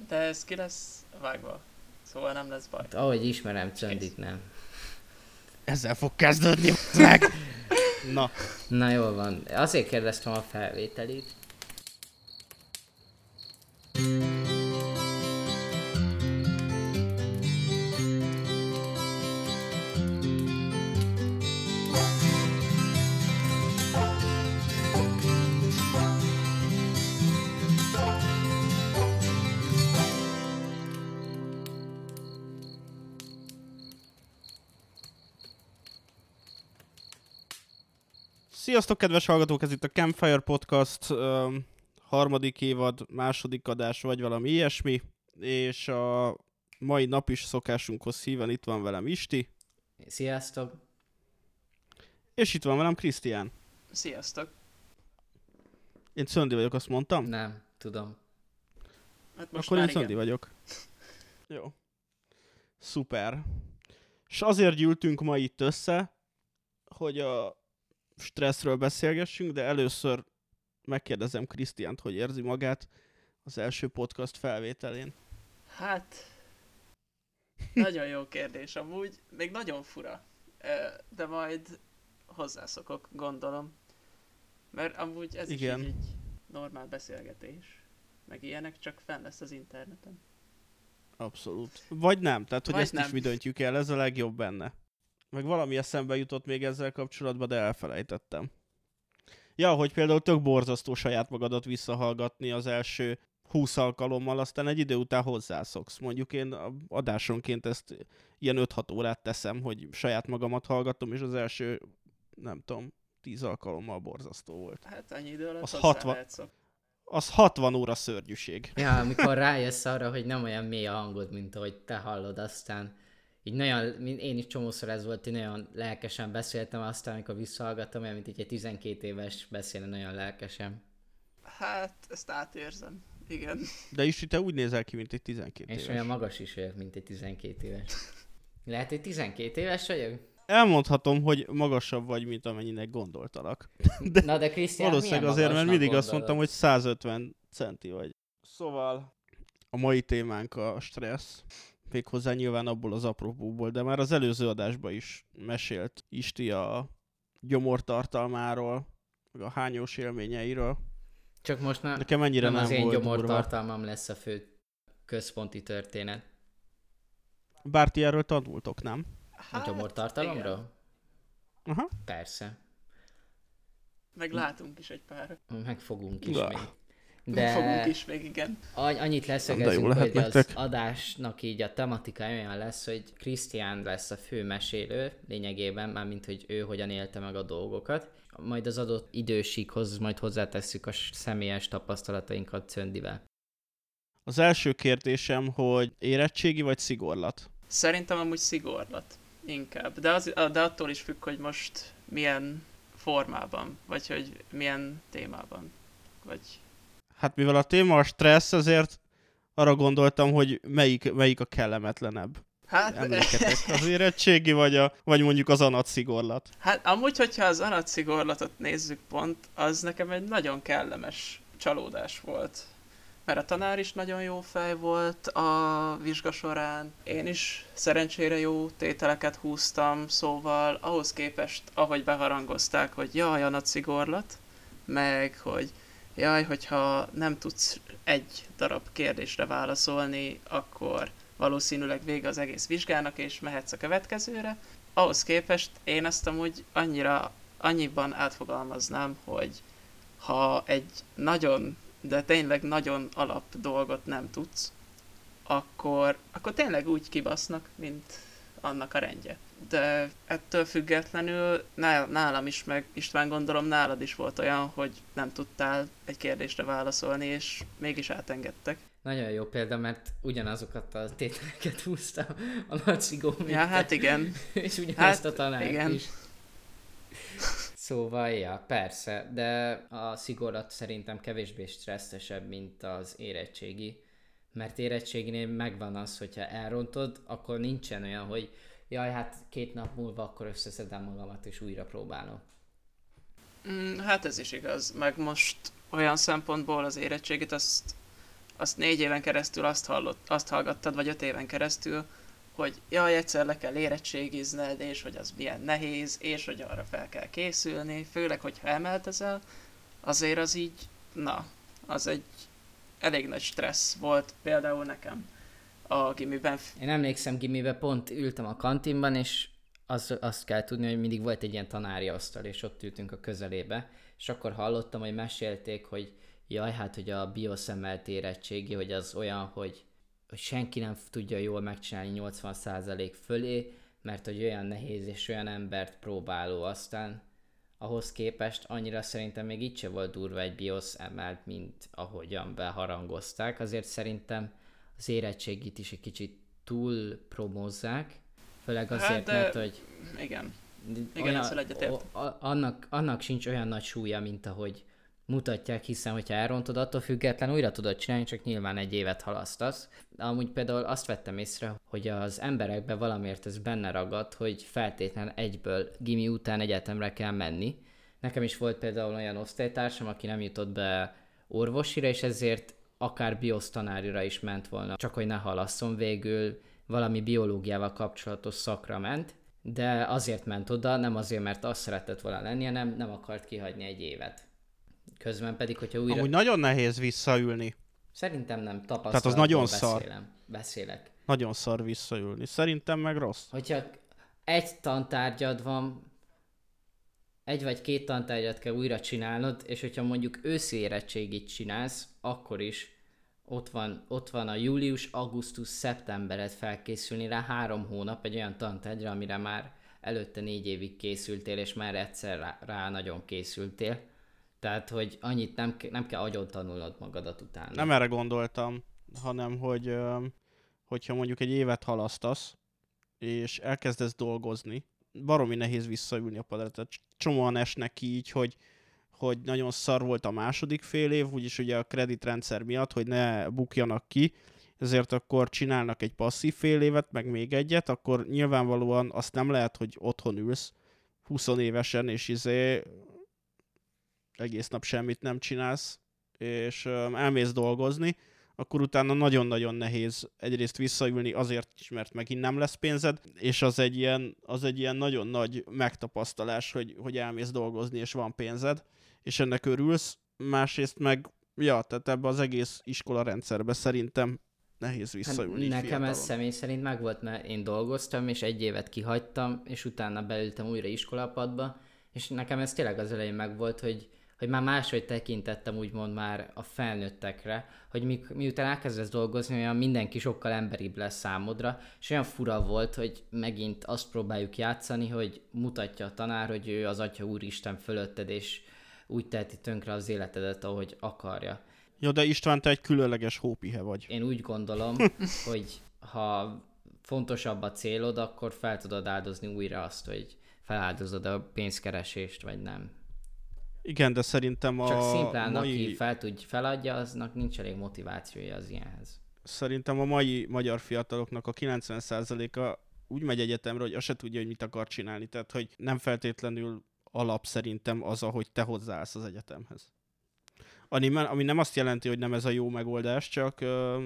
De ez ki lesz vágva. Szóval nem lesz baj. Hát, ahogy ismerem Csöndit, nem. Ezzel fog kezdődni, meg! Na. Na jól van. Azért kérdeztem a felvételét. Sziasztok, kedves hallgatók! Ez itt a Campfire Podcast harmadik évad, második adás, vagy valami ilyesmi. És a mai nap is szokásunkhoz híven itt van velem Isti. Sziasztok! És itt van velem Krisztián. Sziasztok! Én Szöndi vagyok, azt mondtam? Nem, tudom. Hát most Akkor már én Szöndi igen. vagyok. Jó. Szuper. És azért gyűltünk ma itt össze, hogy a stresszről beszélgessünk, de először megkérdezem Krisztiánt, hogy érzi magát az első podcast felvételén. Hát, nagyon jó kérdés amúgy. Még nagyon fura. De majd hozzászokok, gondolom. Mert amúgy ez Igen. is így egy normál beszélgetés. Meg ilyenek, csak fenn lesz az interneten. Abszolút. Vagy nem, tehát hogy Vagy ezt nem. is mi döntjük el, ez a legjobb benne. Meg valami eszembe jutott még ezzel kapcsolatban, de elfelejtettem. Ja, hogy például tök borzasztó saját magadat visszahallgatni az első 20 alkalommal, aztán egy idő után hozzászoksz. Mondjuk én adásonként ezt ilyen 5-6 órát teszem, hogy saját magamat hallgatom, és az első, nem tudom, 10 alkalommal borzasztó volt. Hát annyi idő alatt Az hozzá 60. lehet szokni. Az 60 óra szörnyűség. Ja, amikor rájössz arra, hogy nem olyan mély a hangod, mint ahogy te hallod, aztán így nagyon, én is csomószor ez volt, hogy nagyon lelkesen beszéltem, aztán amikor visszahallgattam, olyan, mint így egy 12 éves beszélne nagyon lelkesen. Hát, ezt átérzem. Igen. De is te úgy nézel ki, mint egy 12 És éves. olyan magas is vagyok, mint egy 12 éves. Lehet, hogy 12 éves vagyok? Elmondhatom, hogy magasabb vagy, mint amennyinek gondoltalak. Na de Krisztián, Valószínűleg milyen azért, mert magasnak mindig azt gondolod? mondtam, hogy 150 centi vagy. Szóval a mai témánk a stressz. Méghozzá nyilván abból az apropóból, de már az előző adásban is mesélt Isti a gyomortartalmáról, meg a hányós élményeiről. Csak most már Nekem ennyire nem az nem én volt durva. gyomortartalmam lesz a fő központi történet. Bár ti erről tanultok, nem? A gyomortartalomról? igen. Aha. Persze. Meg látunk is egy pár. Megfogunk is Ja. még. De... Fogunk De is még, igen. annyit De leszögezünk, jó lehet hogy az nektek. adásnak így a tematikája olyan lesz, hogy Krisztián lesz a fő mesélő lényegében, mármint hogy ő hogyan élte meg a dolgokat. Majd az adott idősíkhoz majd hozzátesszük a személyes tapasztalatainkat Czöndivel. Az első kérdésem, hogy érettségi vagy szigorlat? Szerintem amúgy szigorlat. Inkább. De attól is függ, hogy most milyen formában. Vagy hogy milyen témában. Vagy... Hát mivel a téma a stressz, ezért arra gondoltam, hogy melyik a kellemetlenebb. Hát, Emléketek, az érettségi vagy mondjuk az anatszigorlat. hát amúgy, hogyha az anatszigorlatot nézzük pont, az nekem egy nagyon kellemes csalódás volt. Mert a tanár is nagyon jó fej volt a vizsga során. Én is szerencsére jó tételeket húztam, szóval ahhoz képest, ahogy beharangozták, hogy jaj, anatszigorlat, meg hogy jaj, hogyha nem tudsz egy darab kérdésre válaszolni, akkor valószínűleg vége az egész vizsgának, és mehetsz a következőre. Ahhoz képest én ezt amúgy annyiban átfogalmaznám, hogy ha egy nagyon, de tényleg nagyon alap dolgot nem tudsz, akkor tényleg úgy kibasznak, mint annak a rendje. De ettől függetlenül nálam is, meg István, gondolom nálad is volt olyan, hogy nem tudtál egy kérdésre válaszolni, és mégis átengedtek. Nagyon jó példa, mert ugyanazokat a tételeket húztam a Lacigó, mint Ja, hát igen. és ugyanazt Hát, a tanárt igen. is. Szóval, ja, persze, de a szigorlat szerintem kevésbé stresszesebb, mint az érettségi, mert érettséginél megvan az, hogyha elrontod, akkor nincsen olyan, hogy jaj, hát 2 nap múlva akkor összeszedem magamat és újra próbálom. Hát ez is igaz, meg most olyan szempontból az érettségit azt azt 4 éven keresztül azt hallgattad, vagy 5 éven keresztül, hogy jaj, egyszer le kell érettségizned, és hogy az milyen nehéz, és hogy arra fel kell készülni, főleg, hogyha emeltezel, azért az így, na, az egy elég nagy stressz volt például nekem a gimiben. Én emlékszem, gimiben pont ültem a kantinban, és azt kell tudni, hogy mindig volt egy ilyen tanári asztal, és ott ültünk a közelébe, és akkor hallottam, hogy mesélték, hogy jaj, hát, hogy a bioszemelt érettségi, hogy az olyan, hogy senki nem tudja jól megcsinálni 80% fölé, mert hogy olyan nehéz és olyan embert próbáló, aztán ahhoz képest annyira szerintem még itt se volt durva egy BIOS emelt, mint ahogyan beharangozták. Azért szerintem az érettségit is egy kicsit túl promózzák, főleg azért, mert hogy Igen, ezzel egyetértek. annak sincs olyan nagy súlya, mint ahogy mutatják, hiszen hogyha elrontod, attól független újra tudod csinálni, csak nyilván egy évet halasztasz. Amúgy például azt vettem észre, hogy az emberekben valamiért ez benne ragadt, hogy feltétlenül egyből gimi után egyetemre kell menni. Nekem is volt például olyan osztálytársam, aki nem jutott be orvosira, és ezért akár biosz tanárira is ment volna, csak hogy ne halasszon, végül valami biológiával kapcsolatos szakra ment, de azért ment oda, nem azért, mert azt szeretett volna lenni, hanem nem akart kihagyni egy évet. Közben pedig, hogyha újra... Amúgy nagyon nehéz visszaülni. Szerintem nem, tapasztalatból Tehát az nagyon szar. Beszélek. Nagyon szar visszaülni. Szerintem meg rossz. Hogyha egy tantárgyad van, egy vagy két tantárgyat kell újra csinálnod, és hogyha mondjuk őszi érettségit csinálsz, akkor is ott van a július, augusztus, szeptembered felkészülni rá 3 hónap egy olyan tantárgyra, amire már előtte 4 évig készültél, és már egyszer rá nagyon készültél. Tehát, hogy annyit nem kell agyon tanulnod magadat utána. Nem erre gondoltam, hanem, hogy hogyha mondjuk egy évet halasztasz, és elkezdesz dolgozni, baromi nehéz visszaülni a padra. Tehát csomóan esnek ki így, hogy nagyon szar volt a második fél év, úgyis ugye a kreditrendszer miatt, hogy ne bukjanak ki, ezért akkor csinálnak egy passzív fél évet, meg még egyet, akkor nyilvánvalóan azt nem lehet, hogy otthon ülsz 20 évesen, és egész nap semmit nem csinálsz, és elmész dolgozni, akkor utána nagyon-nagyon nehéz egyrészt visszaülni azért is, mert megint nem lesz pénzed, és az egy ilyen nagyon nagy megtapasztalás, hogy elmész dolgozni, és van pénzed, és ennek örülsz. Másrészt meg, tehát ebbe az egész iskola rendszerbe szerintem nehéz visszaülni. Nekem fiatalon. ez személy szerint megvolt, mert én dolgoztam, és 1 évet kihagytam, és utána beültem újra iskolapadba, és nekem ez tényleg az elején megvolt, hogy már máshogy tekintettem úgymond már a felnőttekre, hogy miután elkezdesz dolgozni, olyan mindenki sokkal emberibb lesz számodra, és olyan fura volt, hogy megint azt próbáljuk játszani, hogy mutatja a tanár, hogy ő az Atya Úristen fölötted, és úgy teheti tönkre az életedet, ahogy akarja. Jó, de István, te egy különleges hópihe vagy. Én úgy gondolom, hogy ha fontosabb a célod, akkor fel tudod áldozni újra azt, hogy feláldozod a pénzkeresést, vagy nem. Igen, de szerintem Csak szimplán, aki feladja, aznak nincs elég motivációja az ilyenhez. Szerintem a mai magyar fiataloknak a 90%-a úgy megy egyetemre, hogy azt se tudja, hogy mit akar csinálni. Tehát, hogy nem feltétlenül alap szerintem az, ahogy te hozzáállsz az egyetemhez. Ami nem azt jelenti, hogy nem ez a jó megoldás, csak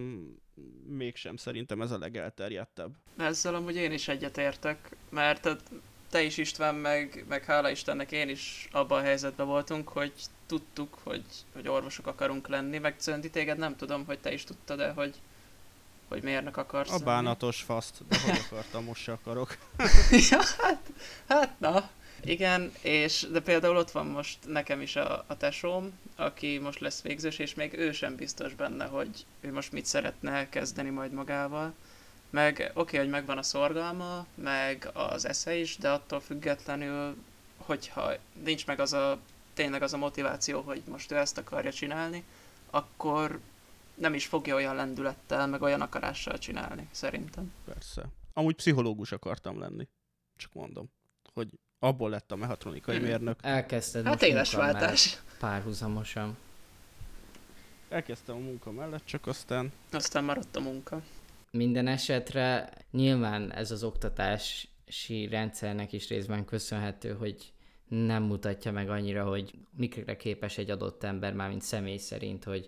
mégsem szerintem ez a legelterjedtebb. Ezzel amúgy én is egyetértek, mert te is István, meg hála Istennek én is abban a helyzetben voltunk, hogy tudtuk, hogy orvosok akarunk lenni, meg Czöndi, téged nem tudom, hogy te is tudtad-e, hogy mérnök akarsz A bánatos faszt, de hogy akartam, most se akarok. Ja, hát na. Igen, de például ott van most nekem is a tesóm, aki most lesz végzős, és még ő sem biztos benne, hogy ő most mit szeretne kezdeni majd magával. Meg oké, hogy megvan a szorgalma, meg az esze is, de attól függetlenül, hogyha nincs meg tényleg az a motiváció, hogy most ő ezt akarja csinálni, akkor nem is fogja olyan lendülettel, meg olyan akarással csinálni, szerintem. Persze. Amúgy pszichológus akartam lenni. Csak mondom, hogy abból lett a mechatronikai mérnök. Elkezdted Hát most édesváltás. Párhuzamosan. Elkezdtem a munka mellett, csak aztán maradt a munka. Minden esetre nyilván ez az oktatási rendszernek is részben köszönhető, hogy nem mutatja meg annyira, hogy mikre képes egy adott ember, mármint személy szerint,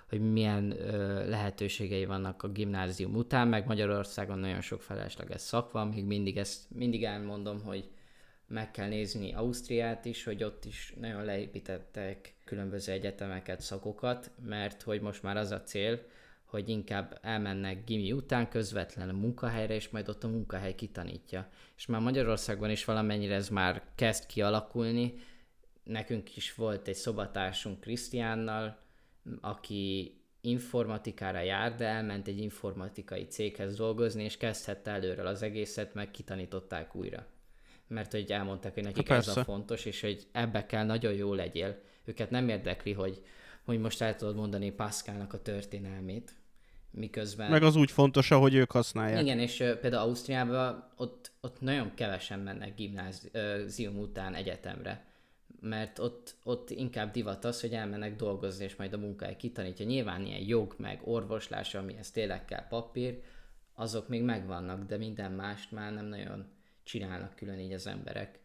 hogy milyen lehetőségei vannak a gimnázium után, meg Magyarországon nagyon sok felesleges szak van, még mindig elmondom, hogy meg kell nézni Ausztriát is, hogy ott is nagyon leépítettek különböző egyetemeket, szakokat, mert hogy most már az a cél, hogy inkább elmennek gimi után közvetlenül munkahelyre, és majd ott a munkahely kitanítja. És már Magyarországban is valamennyire ez már kezd kialakulni. Nekünk is volt egy szobatársunk Krisztiánnal, aki informatikára jár, de elment egy informatikai céghez dolgozni, és kezdhette előről az egészet, meg kitanították újra. Mert hogy elmondták, hogy nekik ez a fontos, és hogy ebbe kell nagyon jó legyél. Őket nem érdekli, hogy most el tudod mondani Pascalnak a történelmét, miközben... Meg az úgy fontos, ahogy ők használják. Igen, és például Ausztriában ott nagyon kevesen mennek gimnázium után egyetemre, mert ott inkább divat az, hogy elmennek dolgozni, és majd a munkahely kitanítja. Nyilván ilyen jog, meg orvoslás, amihez tényleg kell papír, azok még megvannak, de minden mást már nem nagyon csinálnak külön így az emberek.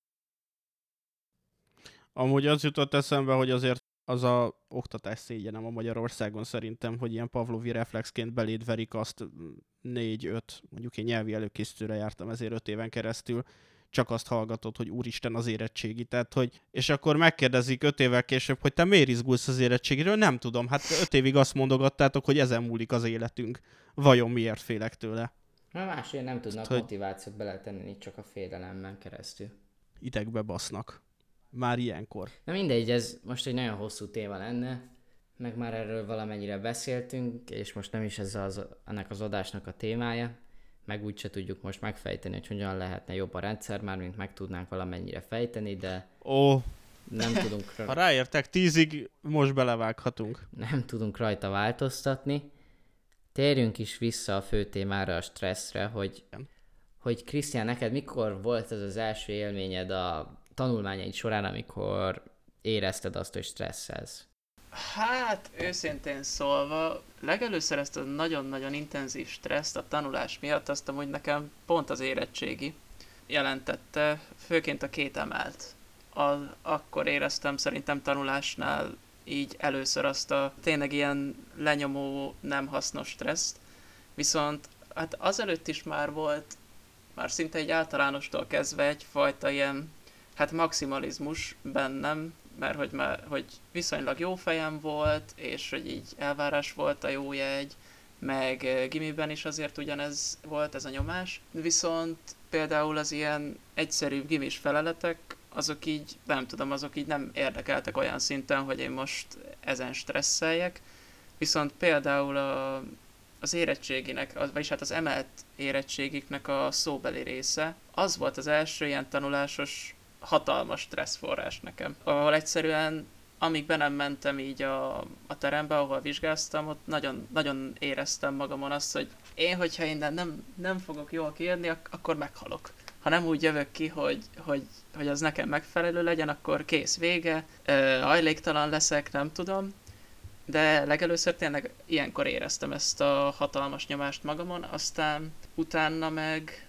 Amúgy az jutott eszembe, hogy azért az a oktatás szégyenem a Magyarországon szerintem, hogy ilyen pavlovi reflexként beléd verik azt 4-5, mondjuk én nyelvi előkészítőre jártam ezért 5 éven keresztül, csak azt hallgatod, hogy úristen az érettségi. Tehát, hogy, és akkor megkérdezik 5 évvel később, hogy te miért izgulsz az érettségiről? Nem tudom, hát 5 évig azt mondogattátok, hogy ezen múlik az életünk. Vajon miért félek tőle? Másért nem tudnak motivációt beletenni, csak a félelemben keresztül. Idegbe basznak. Már ilyenkor. Na mindegy, ez most egy nagyon hosszú téma lenne, meg már erről valamennyire beszéltünk, és most nem is ez ennek az adásnak a témája, meg úgyse tudjuk most megfejteni, hogy hogyan lehetne jobb a rendszer, mármint meg tudnánk valamennyire fejteni, de nem tudunk... Ha ráértek 10-ig, most belevághatunk. Nem tudunk rajta változtatni. Térjünk is vissza a fő témára, a stresszre, hogy Krisztián, neked mikor volt ez az első élményed a tanulmányaid során, amikor érezted azt, hogy stresszelsz? Hát, őszintén szólva, legelőször ezt a nagyon-nagyon intenzív stresszt a tanulás miatt, azt amúgy nekem pont az érettségi jelentette, főként a 2 emelt. Akkor éreztem szerintem tanulásnál így először azt a tényleg ilyen lenyomó, nem hasznos stresszt. Viszont hát azelőtt is már volt, már szinte egy általánostól kezdve egyfajta ilyen maximalizmus bennem, mert hogy viszonylag jó fejem volt, és hogy így elvárás volt a jó jegy, meg gimiben is azért ugyanez volt, ez a nyomás. Viszont például az ilyen egyszerűbb gimis feleletek, azok így nem érdekeltek olyan szinten, hogy én most ezen stresszeljek. Viszont például az érettséginek, vagyis hát az emelt érettségiknek a szóbeli része, az volt az első ilyen tanulásos hatalmas stresszforrás nekem. Ahol egyszerűen, amíg be nem mentem így a terembe, ahol vizsgáztam, ott nagyon, nagyon éreztem magamon azt, hogy hogyha innen nem fogok jól kijönni, akkor meghalok. Ha nem úgy jövök ki, hogy az nekem megfelelő legyen, akkor kész, vége, hajléktalan leszek, nem tudom. De legelőször tényleg ilyenkor éreztem ezt a hatalmas nyomást magamon, aztán utána meg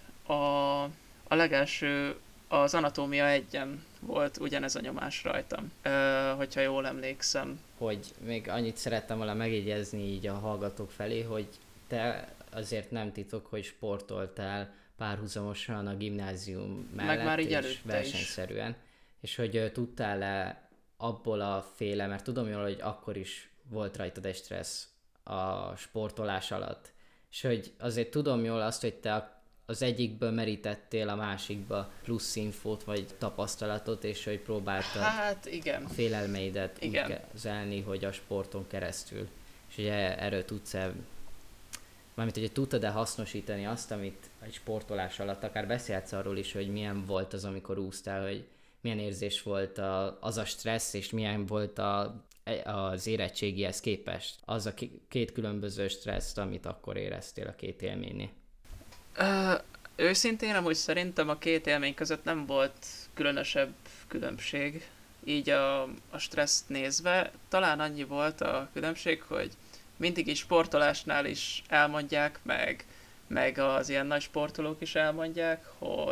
a legelső az anatómia 1-en volt ugyanez a nyomás rajtam, hogyha jól emlékszem. Hogy még annyit szerettem volna megjegyezni így a hallgatók felé, hogy te azért nem titok, hogy sportoltál párhuzamosan a gimnázium mellett, meg már így és versenyszerűen. Is. És hogy tudtál-e abból a féle, mert tudom jól, hogy akkor is volt rajtad egy stressz a sportolás alatt, és hogy azért tudom jól azt, hogy te az egyikből merítettél a másikba plusz infót vagy tapasztalatot, és hogy próbáltad igen. A félelmeidet úgy kezelni, hogy a sporton keresztül. És ugye erről tudsz-e, mármint hogy tudtad-e hasznosítani azt, amit egy sportolás alatt, akár beszélhetsz arról is, hogy milyen volt az, amikor úsztál, hogy milyen érzés volt az a stressz, és milyen volt az érettségihez képest. Az a 2 különböző stresszt, amit akkor éreztél a 2 élménynél. Őszintén amúgy szerintem a 2 élmény között nem volt különösebb különbség, így a stresszt nézve. Talán annyi volt a különbség, hogy mindig is sportolásnál is elmondják, meg az ilyen nagy sportolók is elmondják,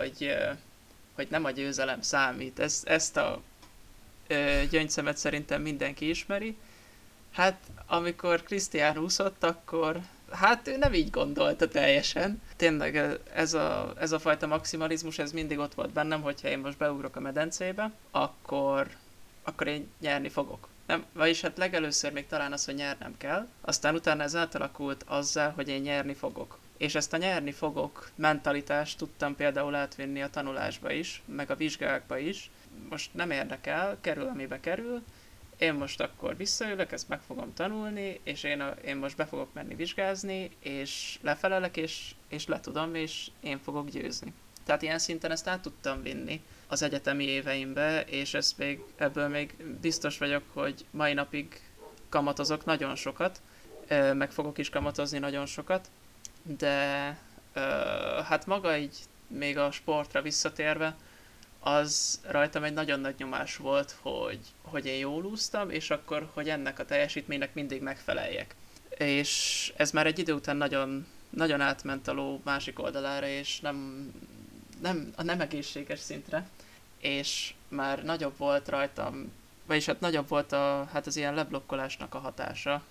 hogy nem a győzelem számít. Ezt a gyöngyszemet szerintem mindenki ismeri, Hát, amikor Krisztián úszott, akkor hát ő nem így gondolta teljesen. Tényleg ez a fajta maximalizmus, ez mindig ott volt bennem, hogyha én most beugrok a medencébe, akkor én nyerni fogok. Nem, vagyis hát legelőször még talán az, hogy nyernem kell, aztán utána ez átalakult azzal, hogy én nyerni fogok. És ezt a nyerni fogok mentalitást tudtam például átvinni a tanulásba is, meg a vizsgákba is. Most nem érdekel, kerül amibe kerül, én most akkor visszaülök, ezt meg fogom tanulni, és én most be fogok menni vizsgázni, és lefelelek, és letudom, és én fogok győzni. Tehát ilyen szinten ezt át tudtam vinni az egyetemi éveimbe, és ebből még biztos vagyok, hogy mai napig kamatozok nagyon sokat, meg fogok is kamatozni nagyon sokat, de hát maga így még a sportra visszatérve, az rajtam egy nagyon nagy nyomás volt, hogy én jól úsztam, és akkor, hogy ennek a teljesítménynek mindig megfeleljek. És ez már egy idő után nagyon, nagyon átment a ló másik oldalára, és nem egészséges szintre, és már nagyobb volt rajtam, vagyis hát nagyobb volt az ilyen leblokkolásnak a hatása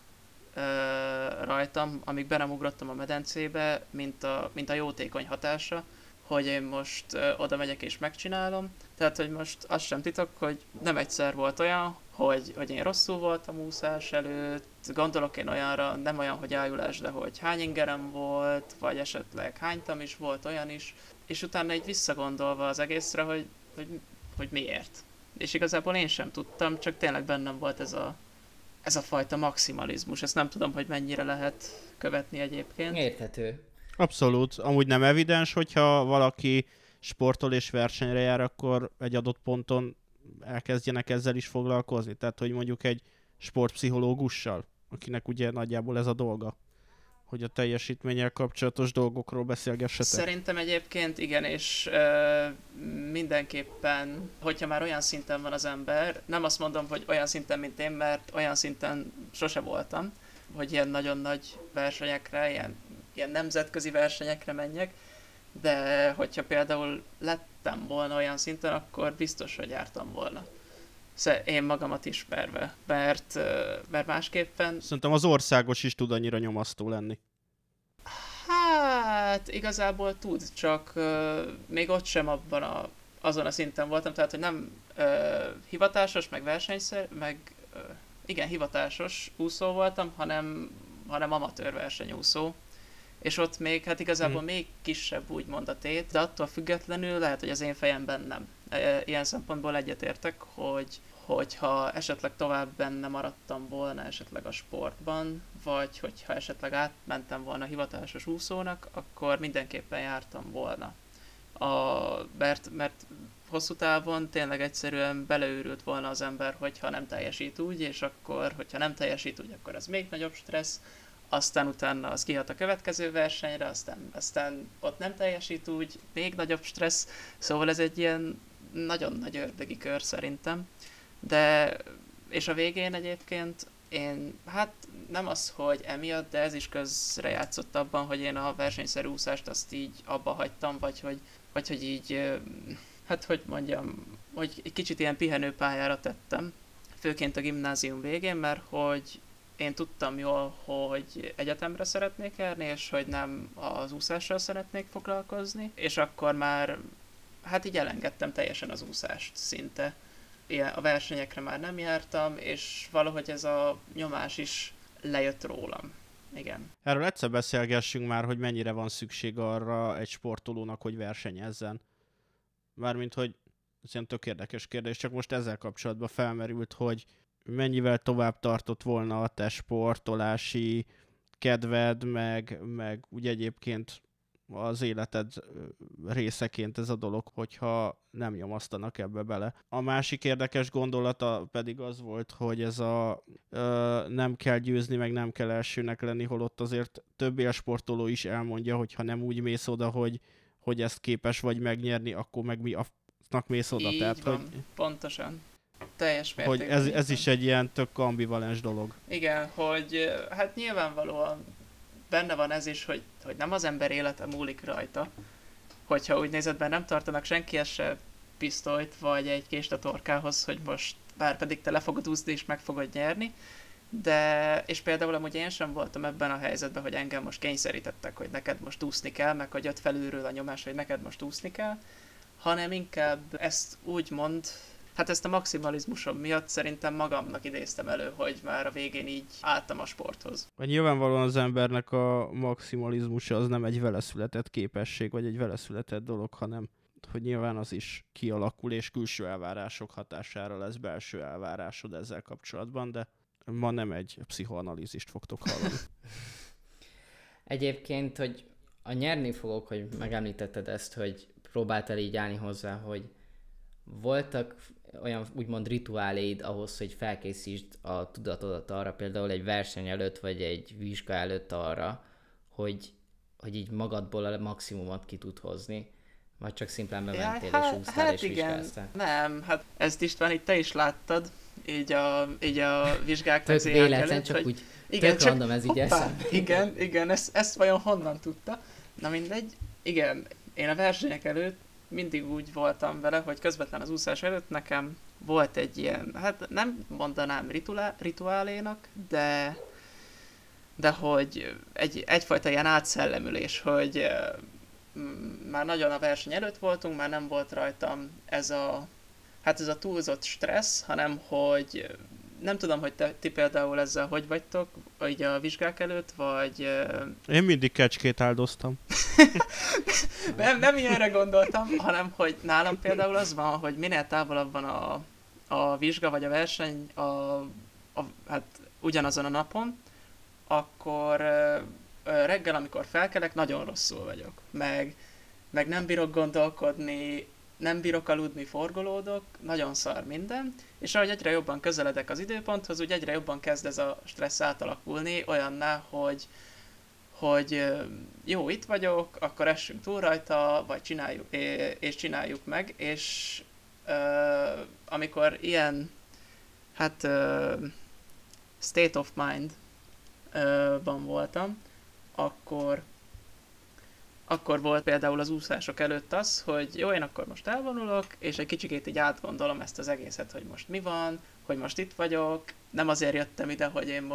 rajtam, amíg be nem ugrottam a medencébe, mint a jótékony hatása, hogy én most oda megyek és megcsinálom. Tehát, hogy most az sem titok, hogy nem egyszer volt olyan, hogy én rosszul voltam úszás előtt, gondolok én olyanra, nem olyan, hogy ájulás, de hogy hány ingerem volt, vagy esetleg hánytam is volt, olyan is, és utána egy visszagondolva az egészre, hogy miért. És igazából én sem tudtam, csak tényleg bennem volt ez a fajta maximalizmus. Ezt nem tudom, hogy mennyire lehet követni egyébként. Érthető. Abszolút. Amúgy nem evidens, hogyha valaki sportol és versenyre jár, akkor egy adott ponton elkezdjenek ezzel is foglalkozni. Tehát, hogy mondjuk egy sportpszichológussal, akinek ugye nagyjából ez a dolga, hogy a teljesítménnyel kapcsolatos dolgokról beszélgessetek. Szerintem egyébként igen, és mindenképpen, hogyha már olyan szinten van az ember, nem azt mondom, hogy olyan szinten, mint én, mert olyan szinten sose voltam, hogy ilyen nagyon nagy versenyekre, ilyen nemzetközi versenyekre menjek, de hogyha például lettem volna olyan szinten, akkor biztos, hogy jártam volna. Én magamat ismerve, mert másképpen... Szerintem az országos is tud annyira nyomasztó lenni. Hát igazából tud, csak még ott sem azon a szinten voltam, tehát hogy nem hivatásos, meg igen, hivatásos úszó voltam, hanem amatőr versenyúszó. És ott még, hát igazából még kisebb úgymond a tét, de attól függetlenül lehet, hogy az én fejemben nem. Ilyen szempontból egyetértek, hogyha esetleg tovább benne maradtam volna esetleg a sportban, vagy hogyha esetleg átmentem volna hivatásos úszónak, akkor mindenképpen jártam volna. Mert hosszú távon tényleg egyszerűen beleőrült volna az ember, hogyha nem teljesít úgy, és akkor, hogyha nem teljesít úgy, akkor az még nagyobb stressz, aztán utána az kihat a következő versenyre, aztán ott nem teljesít úgy, még nagyobb stressz, szóval ez egy ilyen nagyon nagy ördögi kör szerintem. És a végén egyébként hát nem az, hogy emiatt, de ez is közrejátszott abban, hogy én a versenyszerű úszást azt így abba hagytam, vagy hogy így, hát hogy mondjam, hogy egy kicsit ilyen pihenőpályára tettem, főként a gimnázium végén, mert hogy én tudtam jól, hogy egyetemre szeretnék járni, és hogy nem az úszással szeretnék foglalkozni, és akkor már hát így elengedtem teljesen az úszást szinte. A versenyekre már nem jártam, és valahogy ez a nyomás is lejött rólam. Igen. Erről egyszer beszélgessünk már, hogy mennyire van szükség arra egy sportolónak, hogy versenyezzen. Mármint, hogy ez ilyen tök érdekes kérdés, csak most ezzel kapcsolatban felmerült, hogy mennyivel tovább tartott volna a te sportolási kedved, meg ugye egyébként az életed részeként ez a dolog, hogyha nem nyomasztanak ebbe bele. A másik érdekes gondolata pedig az volt, hogy ez nem kell győzni, meg nem kell elsőnek lenni, holott azért több élsportoló is elmondja, hogy ha nem úgy mész oda, hogy ezt képes vagy megnyerni, akkor meg mi a mész oda. Így tehát, van, hogy pontosan. Teljes mértékben. Hogy ez is egy ilyen tök ambivalens dolog. Igen, hogy hát nyilvánvalóan benne van ez is, hogy nem az ember élete múlik rajta. Hogyha úgy nézed be, nem tartanak senkihez se pisztolyt, vagy egy kést a torkához, hogy most bár pedig te le fogod úszni és meg fogod nyerni, és például amúgy én sem voltam ebben a helyzetben, hogy engem most kényszerítettek, hogy neked most úszni kell, meg hogy jött felülről a nyomás, hogy neked most úszni kell, hanem inkább ezt úgy mond, hát ezt a maximalizmusom miatt szerintem magamnak idéztem elő, hogy már a végén így álltam a sporthoz. Nyilvánvalóan az embernek a maximalizmusa az nem egy veleszületett képesség, vagy egy veleszületett dolog, hanem hogy nyilván az is kialakul, és külső elvárások hatására lesz belső elvárásod ezzel kapcsolatban, de ma nem egy pszichoanalízist fogtok hallani. Egyébként, hogy a nyerni fogok, hogy megemlítetted ezt, hogy próbáltál így állni hozzá, hogy voltak olyan úgymond rituáléid ahhoz, hogy felkészítsd a tudatodat arra, például egy verseny előtt, vagy egy vizsga előtt arra, hogy így magadból a maximumot ki tud hozni, vagy csak szimplán bementél és úsztál és vizsgáztál. Nem, hát ezt István, itt te is láttad, így a vizsgák tök véletlen, előtt, csak hogy úgy igen, tök random ez így eszembe. Igen, ezt vajon honnan tudta? Na mindegy, igen, én a versenyek előtt mindig úgy voltam vele, hogy közvetlen az úszás előtt nekem volt egy ilyen, hát nem mondanám rituálénak, de hogy egyfajta ilyen átszellemülés, hogy már nagyon a verseny előtt voltunk, már nem volt rajtam ez a túlzott stressz, hanem hogy nem tudom, hogy ti például ezzel hogy vagytok, így a vizsgák előtt, vagy... Én mindig kecskét áldoztam. nem ilyenre gondoltam, hanem hogy nálam például az van, hogy minél távolabb van a vizsga vagy a verseny hát ugyanazon a napon, akkor reggel, amikor felkelek, nagyon rosszul vagyok. Meg nem bírok gondolkodni, nem bírok aludni, forgolódok, nagyon szar minden, és ahogy egyre jobban közeledek az időponthoz, úgy egyre jobban kezd ez a stressz átalakulni olyanná, hogy jó, itt vagyok, akkor essünk túl rajta, vagy csináljuk meg, és amikor ilyen, state of mind-ban voltam, akkor volt például az úszások előtt az, hogy jó, én akkor most elvonulok, és egy kicsikét így átgondolom ezt az egészet, hogy most mi van, hogy most itt vagyok, nem azért jöttem ide, hogy én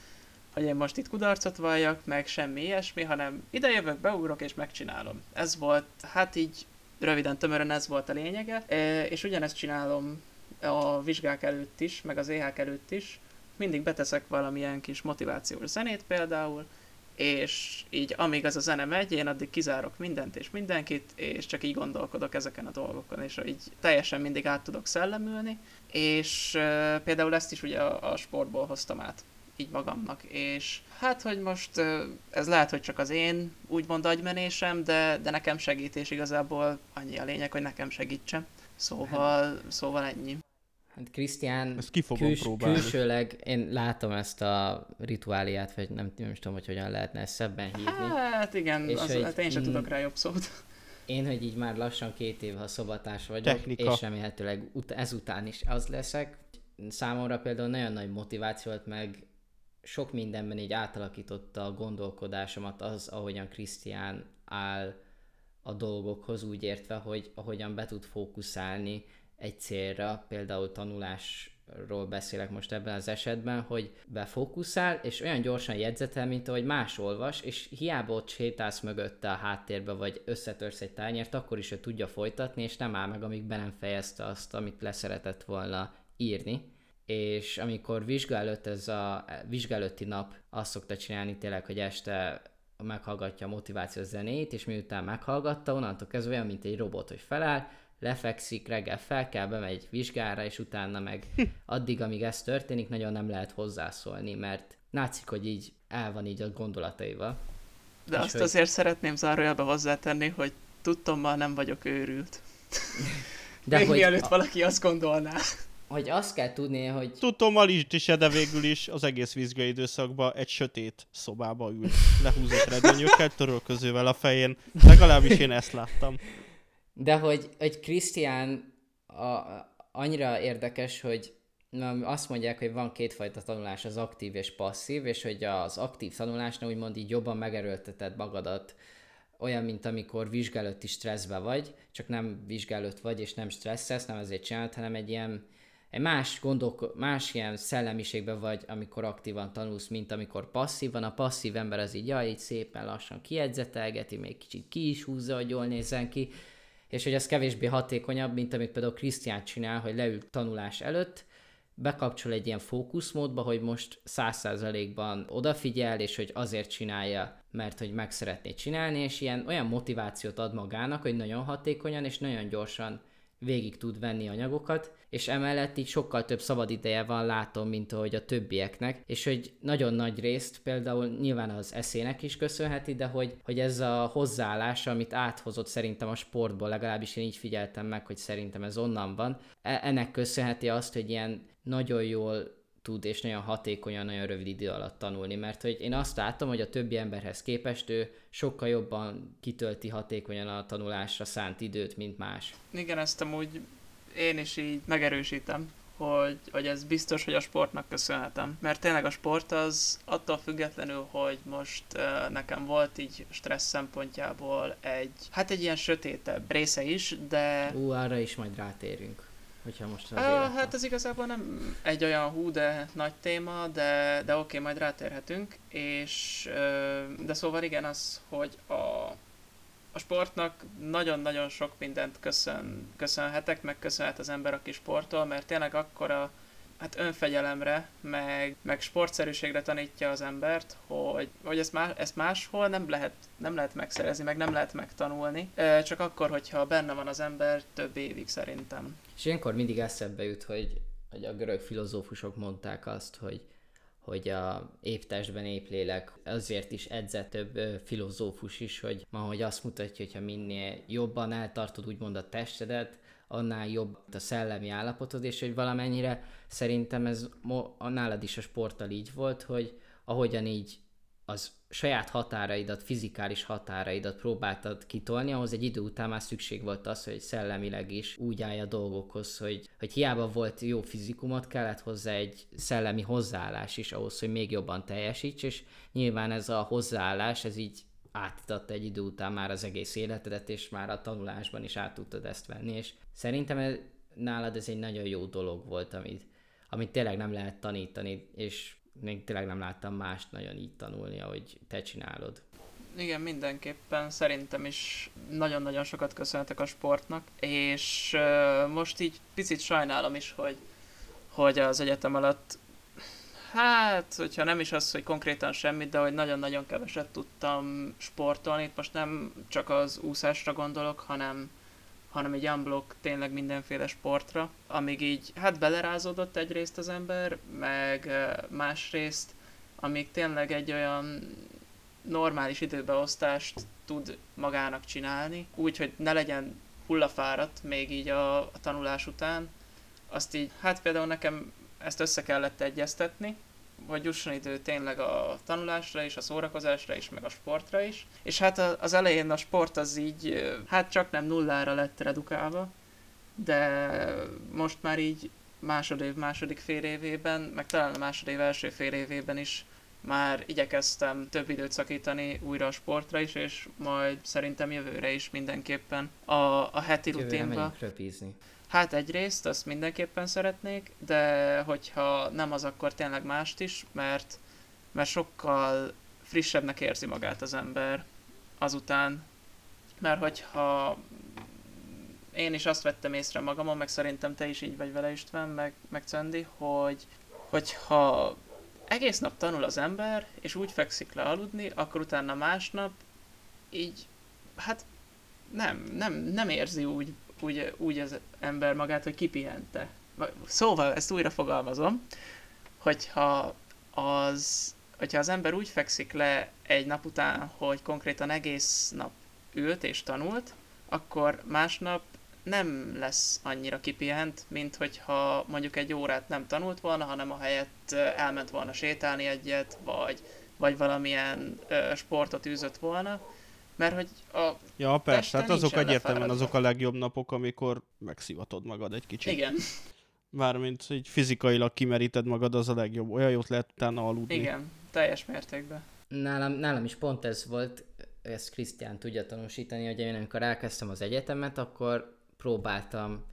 most itt kudarcot valljak, meg semmi ilyesmi, hanem ide jövök, beugrok és megcsinálom. Ez volt, hát így röviden, tömören ez volt a lényege, és ugyanezt csinálom a vizsgák előtt is, meg az EH előtt is. Mindig beteszek valamilyen kis motivációs zenét például, és így amíg az a zene megy, én addig kizárok mindent és mindenkit, és csak így gondolkodok ezeken a dolgokon, és így teljesen mindig át tudok szellemülni, és például ezt is ugye a sportból hoztam át, így magamnak, és hát, hogy most ez lehet, hogy csak az én úgymond agymenésem, de nekem segít, és igazából annyi a lényeg, hogy nekem segítsen. Szóval ennyi. Hát Krisztián, külsőleg én látom ezt a rituáliát, vagy nem tudom, hogy hogyan lehetne ezt szebben hívni. Hát igen, hát én sem tudok rá jobb szót. Én, hogy így már lassan 2 év, ha szobatás vagyok, Technika. és remélhetőleg ezután is az leszek. Számomra például nagyon nagy motiváció volt, meg sok mindenben így átalakította a gondolkodásomat az, ahogyan Krisztián áll a dolgokhoz, úgy értve, hogy ahogyan be tud fókuszálni egy célra, például tanulásról beszélek most ebben az esetben, hogy befókuszál, és olyan gyorsan jegyzetel, mint ahogy más olvas, és hiába ott sétálsz mögötte a háttérbe, vagy összetörsz egy tányért, akkor is ő tudja folytatni, és nem áll meg, amíg be nem fejezte azt, amit leszeretett volna írni. És amikor vizsga előtti nap azt szokta csinálni tényleg, hogy este meghallgatja a motivációs zenét, és miután meghallgatta, onnantól kezdve olyan, mint egy robot, hogy feláll, lefekszik, reggel fel kell, bemegy vizsgára, és utána meg addig, amíg ez történik, nagyon nem lehet hozzászólni, mert látszik, hogy így el van így a gondolataival. De és azt hogy... azért szeretném zárójelbe hozzátenni, hogy tudtommal nem vagyok őrült. De még mielőtt valaki azt gondolná. Hogy azt kell tudni, hogy... Tudtommal is, de végül is az egész vizsgai időszakban egy sötét szobába ül, lehúzott redőnyökkel, törölközővel a fején. Legalábbis én ezt láttam. De hogy Krisztián annyira érdekes, hogy azt mondják, hogy van 2 fajta tanulás, az aktív és passzív, és hogy az aktív tanulásnál úgymond így jobban megerőlteted magadat, olyan, mint amikor vizsgálati stresszbe vagy, csak nem vizsgálött vagy, és nem stresszelsz, nem ezért csinálod, hanem egy ilyen egy más ilyen szellemiségben vagy, amikor aktívan tanulsz, mint amikor passzívan. A passzív ember az így szépen lassan kiedzetelgeti, még kicsit ki is húzza, hogy jól nézzen ki, és hogy ez kevésbé hatékonyabb, mint amit például Krisztián csinál, hogy leül tanulás előtt, bekapcsol egy ilyen fókuszmódba, hogy most 100%-ban odafigyel, és hogy azért csinálja, mert hogy meg szeretné csinálni, és olyan motivációt ad magának, hogy nagyon hatékonyan és nagyon gyorsan végig tud venni anyagokat, és emellett így sokkal több szabad ideje van, látom, mint ahogy a többieknek, és hogy nagyon nagy részt például nyilván az eszének is köszönheti, de hogy ez a hozzáállás, amit áthozott szerintem a sportból, legalábbis én így figyeltem meg, hogy szerintem ez onnan van, ennek köszönheti azt, hogy ilyen nagyon jól tud és nagyon hatékonyan, nagyon rövid idő alatt tanulni, mert hogy én azt látom, hogy a többi emberhez képest ő sokkal jobban kitölti hatékonyan a tanulásra szánt időt, mint más. Igen, ezt amúgy én is így megerősítem, hogy ez biztos, hogy a sportnak köszönhetem. Mert tényleg a sport az attól függetlenül, hogy most nekem volt így stressz szempontjából egy ilyen sötétebb része is, de... Arra is majd rátérünk, hogyha most az hát ez igazából nem egy olyan de nagy téma, de oké, majd rátérhetünk, és de szóval igen az, hogy a sportnak nagyon-nagyon sok mindent köszönhetek, meg köszönhet az ember, aki sportol, mert tényleg akkora önfegyelemre, meg sportszerűségre tanítja az embert, hogy ezt máshol nem lehet megszerezni, meg nem lehet megtanulni, csak akkor, hogyha benne van az ember több évig szerintem. És ilyenkor mindig eszembe jut, hogy a görög filozófusok mondták azt, hogy a épp testben épp lélek, azért is edzett több filozófus is, hogy azt mutatja, hogyha minél jobban eltartod úgymond a testedet, annál jobb a szellemi állapotod, és hogy valamennyire szerintem ez nálad is a sporttal így volt, hogy ahogyan így az saját határaidat, fizikális határaidat próbáltad kitolni, ahhoz egy idő után már szükség volt az, hogy szellemileg is úgy állj a dolgokhoz, hogy hiába volt jó fizikumot, kellett hozzá egy szellemi hozzáállás is ahhoz, hogy még jobban teljesíts, és nyilván ez a hozzáállás, ez így átitatta egy idő után már az egész életedet, és már a tanulásban is át tudtad ezt venni, és szerintem nálad ez egy nagyon jó dolog volt, amit tényleg nem lehet tanítani, és még tényleg nem láttam mást nagyon így tanulni, ahogy te csinálod. Igen, mindenképpen szerintem is nagyon-nagyon sokat köszönhetek a sportnak, és most így picit sajnálom is, hogy az egyetem alatt hogyha nem is az, hogy konkrétan semmit, de hogy nagyon-nagyon keveset tudtam sportolni. Itt most nem csak az úszásra gondolok, hanem így unblock tényleg mindenféle sportra, amíg így belerázódott egyrészt az ember, meg másrészt, amíg tényleg egy olyan normális időbeosztást tud magának csinálni, úgy, hogy ne legyen hullafáradt még így a tanulás után. Azt így, például nekem ezt össze kellett egyeztetni, hogy jusson idő tényleg a tanulásra is, a szórakozásra is, meg a sportra is. És az elején a sport az így, csak nem nullára lett redukálva, de most már így második fél évében, meg talán a másodév első fél évében is már igyekeztem több időt szakítani újra a sportra is, és majd szerintem jövőre is mindenképpen a heti rutinba. Jövőre megyünk röpízni. Egyrészt azt mindenképpen szeretnék, de hogyha nem az, akkor tényleg mást is, mert sokkal frissebbnek érzi magát az ember azután. Mert hogyha én is azt vettem észre magamon, meg szerintem te is így vagy vele, István, meg Czöndi, hogyha egész nap tanul az ember, és úgy fekszik le aludni, akkor utána másnap így, nem érzi úgy az ember magát, hogy kipihente. Szóval, ezt újra fogalmazom, hogyha az ember úgy fekszik le egy nap után, hogy konkrétan egész nap ült és tanult, akkor másnap nem lesz annyira kipihent, mint hogyha mondjuk egy órát nem tanult volna, hanem ahelyett elment volna sétálni egyet, vagy valamilyen sportot űzött volna. Mert hogy Ja, persze, azok egyértelműen azok a legjobb napok, amikor megszivatod magad egy kicsit. Igen. Mármint, hogy fizikailag kimeríted magad, az a legjobb. Olyan jót lehet utána aludni. Igen, teljes mértékben. Nálam is pont ez volt, ezt Krisztián tudja tanúsítani, hogy én amikor elkezdtem az egyetemet, akkor próbáltam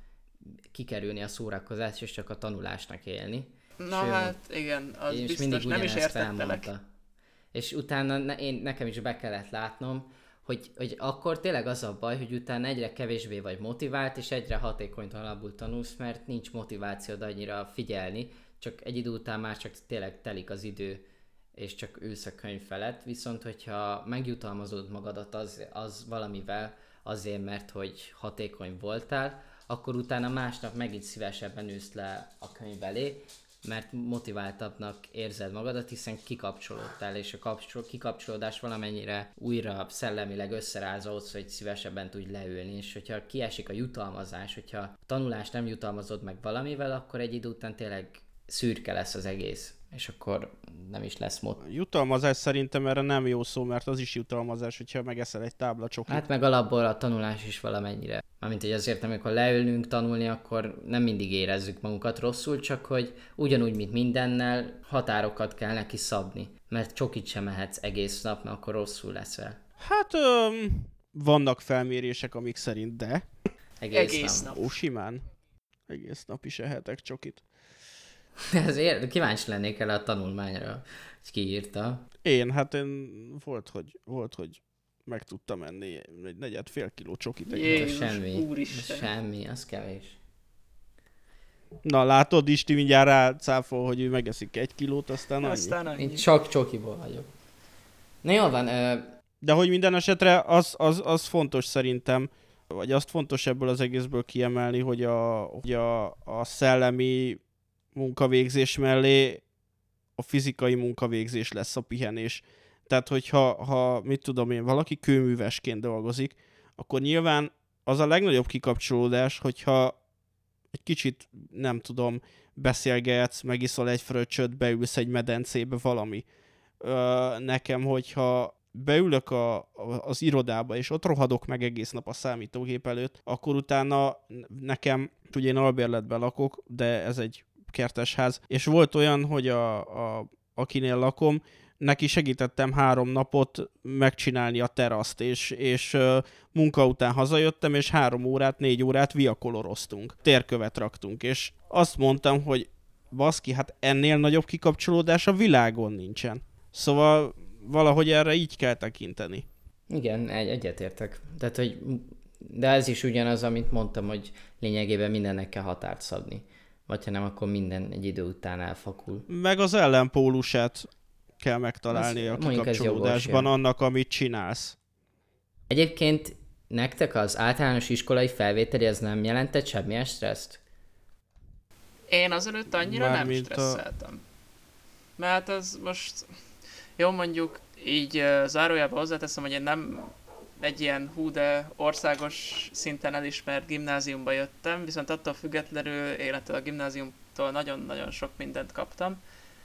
kikerülni a szórakozás, és csak a tanulásnak élni. Na hát igen, az és biztos, mindig nem is ugyanezt értettelek. elmondta. És utána nekem is be kellett látnom, hogy akkor tényleg az a baj, hogy utána egyre kevésbé vagy motivált, és egyre hatékonytalanabbul tanulsz, mert nincs motivációd annyira figyelni, csak egy idő után már csak tényleg telik az idő, és csak ülsz a könyv felett, viszont hogyha megjutalmazod magadat az valamivel azért, mert hogy hatékony voltál, akkor utána másnap megint szívesebben ülsz le a könyv elé, mert motiváltabbnak érzed magadat, hiszen kikapcsolódtál, és a kikapcsolódás valamennyire újra szellemileg összeráz ahhoz, hogy szívesebben tudj leülni, és hogyha kiesik a jutalmazás, hogyha a tanulást nem jutalmazod meg valamivel, akkor egy idő után tényleg szürke lesz az egész, és akkor nem is lesz Jutalmazás szerintem erre nem jó szó, mert az is jutalmazás, hogyha megeszel egy tábla csokit. Hát meg alapból a tanulás is valamennyire. Mármint, hogy azért, amikor leülünk tanulni, akkor nem mindig érezzük magunkat rosszul, csak hogy ugyanúgy, mint mindennel, határokat kell neki szabni. Mert csokit sem mehetsz egész nap, mert akkor rosszul leszel. Hát vannak felmérések, amik szerint, de Egész nap. ó, simán. Egész nap is ehetek csokit. Ezért kíváncsi lennék el a tanulmányra, hogy ki írta. Volt, hogy meg tudtam enni egy fél kiló csokit. Jézus, Semmi. úristen. Semmi, az kevés. Na látod, Isti mindjárt rácáfol, hogy ő megeszik 1 kilót, aztán annyi. Aztán annyi. Én csak csokiból vagyok. Na jól van, De hogy minden esetre az fontos szerintem, vagy azt fontos ebből az egészből kiemelni, hogy a szellemi munkavégzés mellé a fizikai munkavégzés lesz a pihenés. Tehát, hogyha mit tudom én, valaki kőművesként dolgozik, akkor nyilván az a legnagyobb kikapcsolódás, hogyha egy kicsit, nem tudom, beszélgetsz, megiszol egy fröccsöt, beülsz egy medencébe, valami. Nekem, hogyha beülök az irodába, és ott rohadok meg egész nap a számítógép előtt, akkor utána nekem, ugye én albérletben lakok, de ez egy kertesház, és volt olyan, hogy akinél lakom, neki segítettem 3 napot megcsinálni a teraszt, és munka után hazajöttem, és 3 órát, 4 órát viakoloroztunk, térkövet raktunk, és azt mondtam, hogy baszki, hát ennél nagyobb kikapcsolódás a világon nincsen. Szóval valahogy erre így kell tekinteni. igen, egyetértek. Tehát, hogy de ez is ugyanaz, amit mondtam, hogy lényegében mindennek kell határt szabni. Vagy ha nem, akkor minden egy idő után elfakul. Meg az ellenpólusát kell megtalálni a kikapcsolódásban annak, amit csinálsz. Egyébként nektek az általános iskolai felvételi az nem jelentett semmilyen stresszt? Én azelőtt annyira nem stresszeltem. Mert az most... Jó, mondjuk így zárójában hozzáteszem, hogy én nem egy ilyen de országos szinten elismert gimnáziumba jöttem, viszont attól függetlenül én ettől a gimnáziumtól nagyon-nagyon sok mindent kaptam.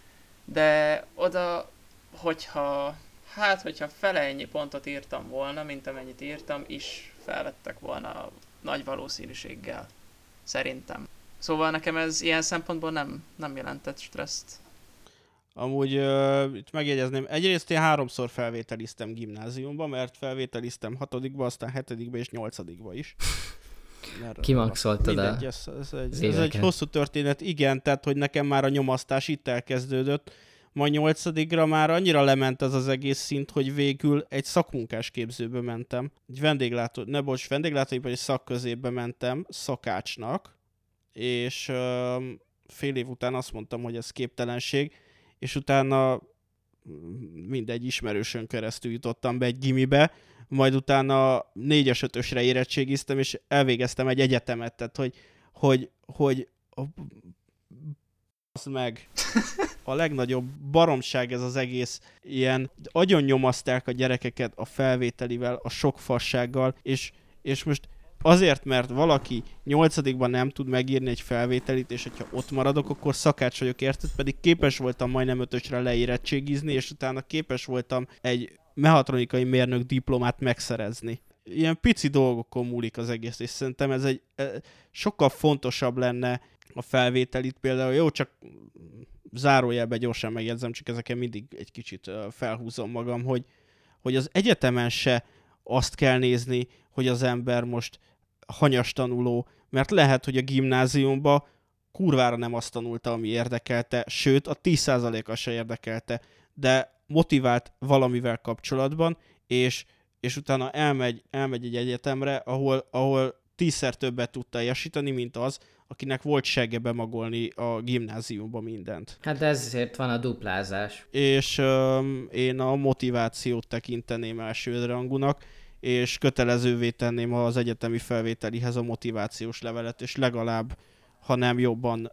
De oda, hogyha fele ennyi pontot írtam volna, mint amennyit írtam, is felvettek volna nagy valószínűséggel. Szerintem. Szóval nekem ez ilyen szempontból nem jelentett stresszt. Amúgy itt megjegyezném, egyrészt én 3-szor felvételiztem gimnáziumba, mert felvételiztem 6-ba, aztán 7-be és 8-ba is. Kimaxoltad mindegy, ez egy hosszú történet, igen, tehát hogy nekem már a nyomasztás itt elkezdődött, majd 8-ra már annyira lement ez az egész szint, hogy végül egy szakmunkás képzőbe mentem. Egy vendéglátóipari egy szakközépbe mentem szakácsnak, és fél év után azt mondtam, hogy ez képtelenség, és utána mindegy ismerősön keresztül jutottam be egy gimibe, majd utána 4-es 5-ösre érettségiztem, és elvégeztem egy egyetemet, tehát hogy az meg a legnagyobb baromság ez az egész, ilyen agyon nyomaszták a gyerekeket a felvételivel, a sok fassággal, és most azért, mert valaki 8-ban nem tud megírni egy felvételit, és hogyha ott maradok, akkor szakács vagyok, érted? Pedig képes voltam majdnem 5-ösre leérettségizni, és utána képes voltam egy mechatronikai mérnök diplomát megszerezni. Ilyen pici dolgokon múlik az egész, és szerintem ez sokkal fontosabb lenne a felvételit például. Jó, csak zárójelben gyorsan megjegyzem, csak ezeken mindig egy kicsit felhúzom magam, hogy az egyetemen se azt kell nézni, hogy az ember most hanyas tanuló, mert lehet, hogy a gimnáziumban kurvára nem azt tanulta, ami érdekelte, sőt, a 10%-a se érdekelte, de motivált valamivel kapcsolatban, és utána elmegy egy egyetemre, ahol 10-szer többet tud teljesíteni, mint az, akinek volt segge bemagolni a gimnáziumba mindent. Hát ezért van a duplázás. És én a motivációt tekinteném elsőrangúnak, és kötelezővé tenném az egyetemi felvételihez a motivációs levelet, és legalább, ha nem jobban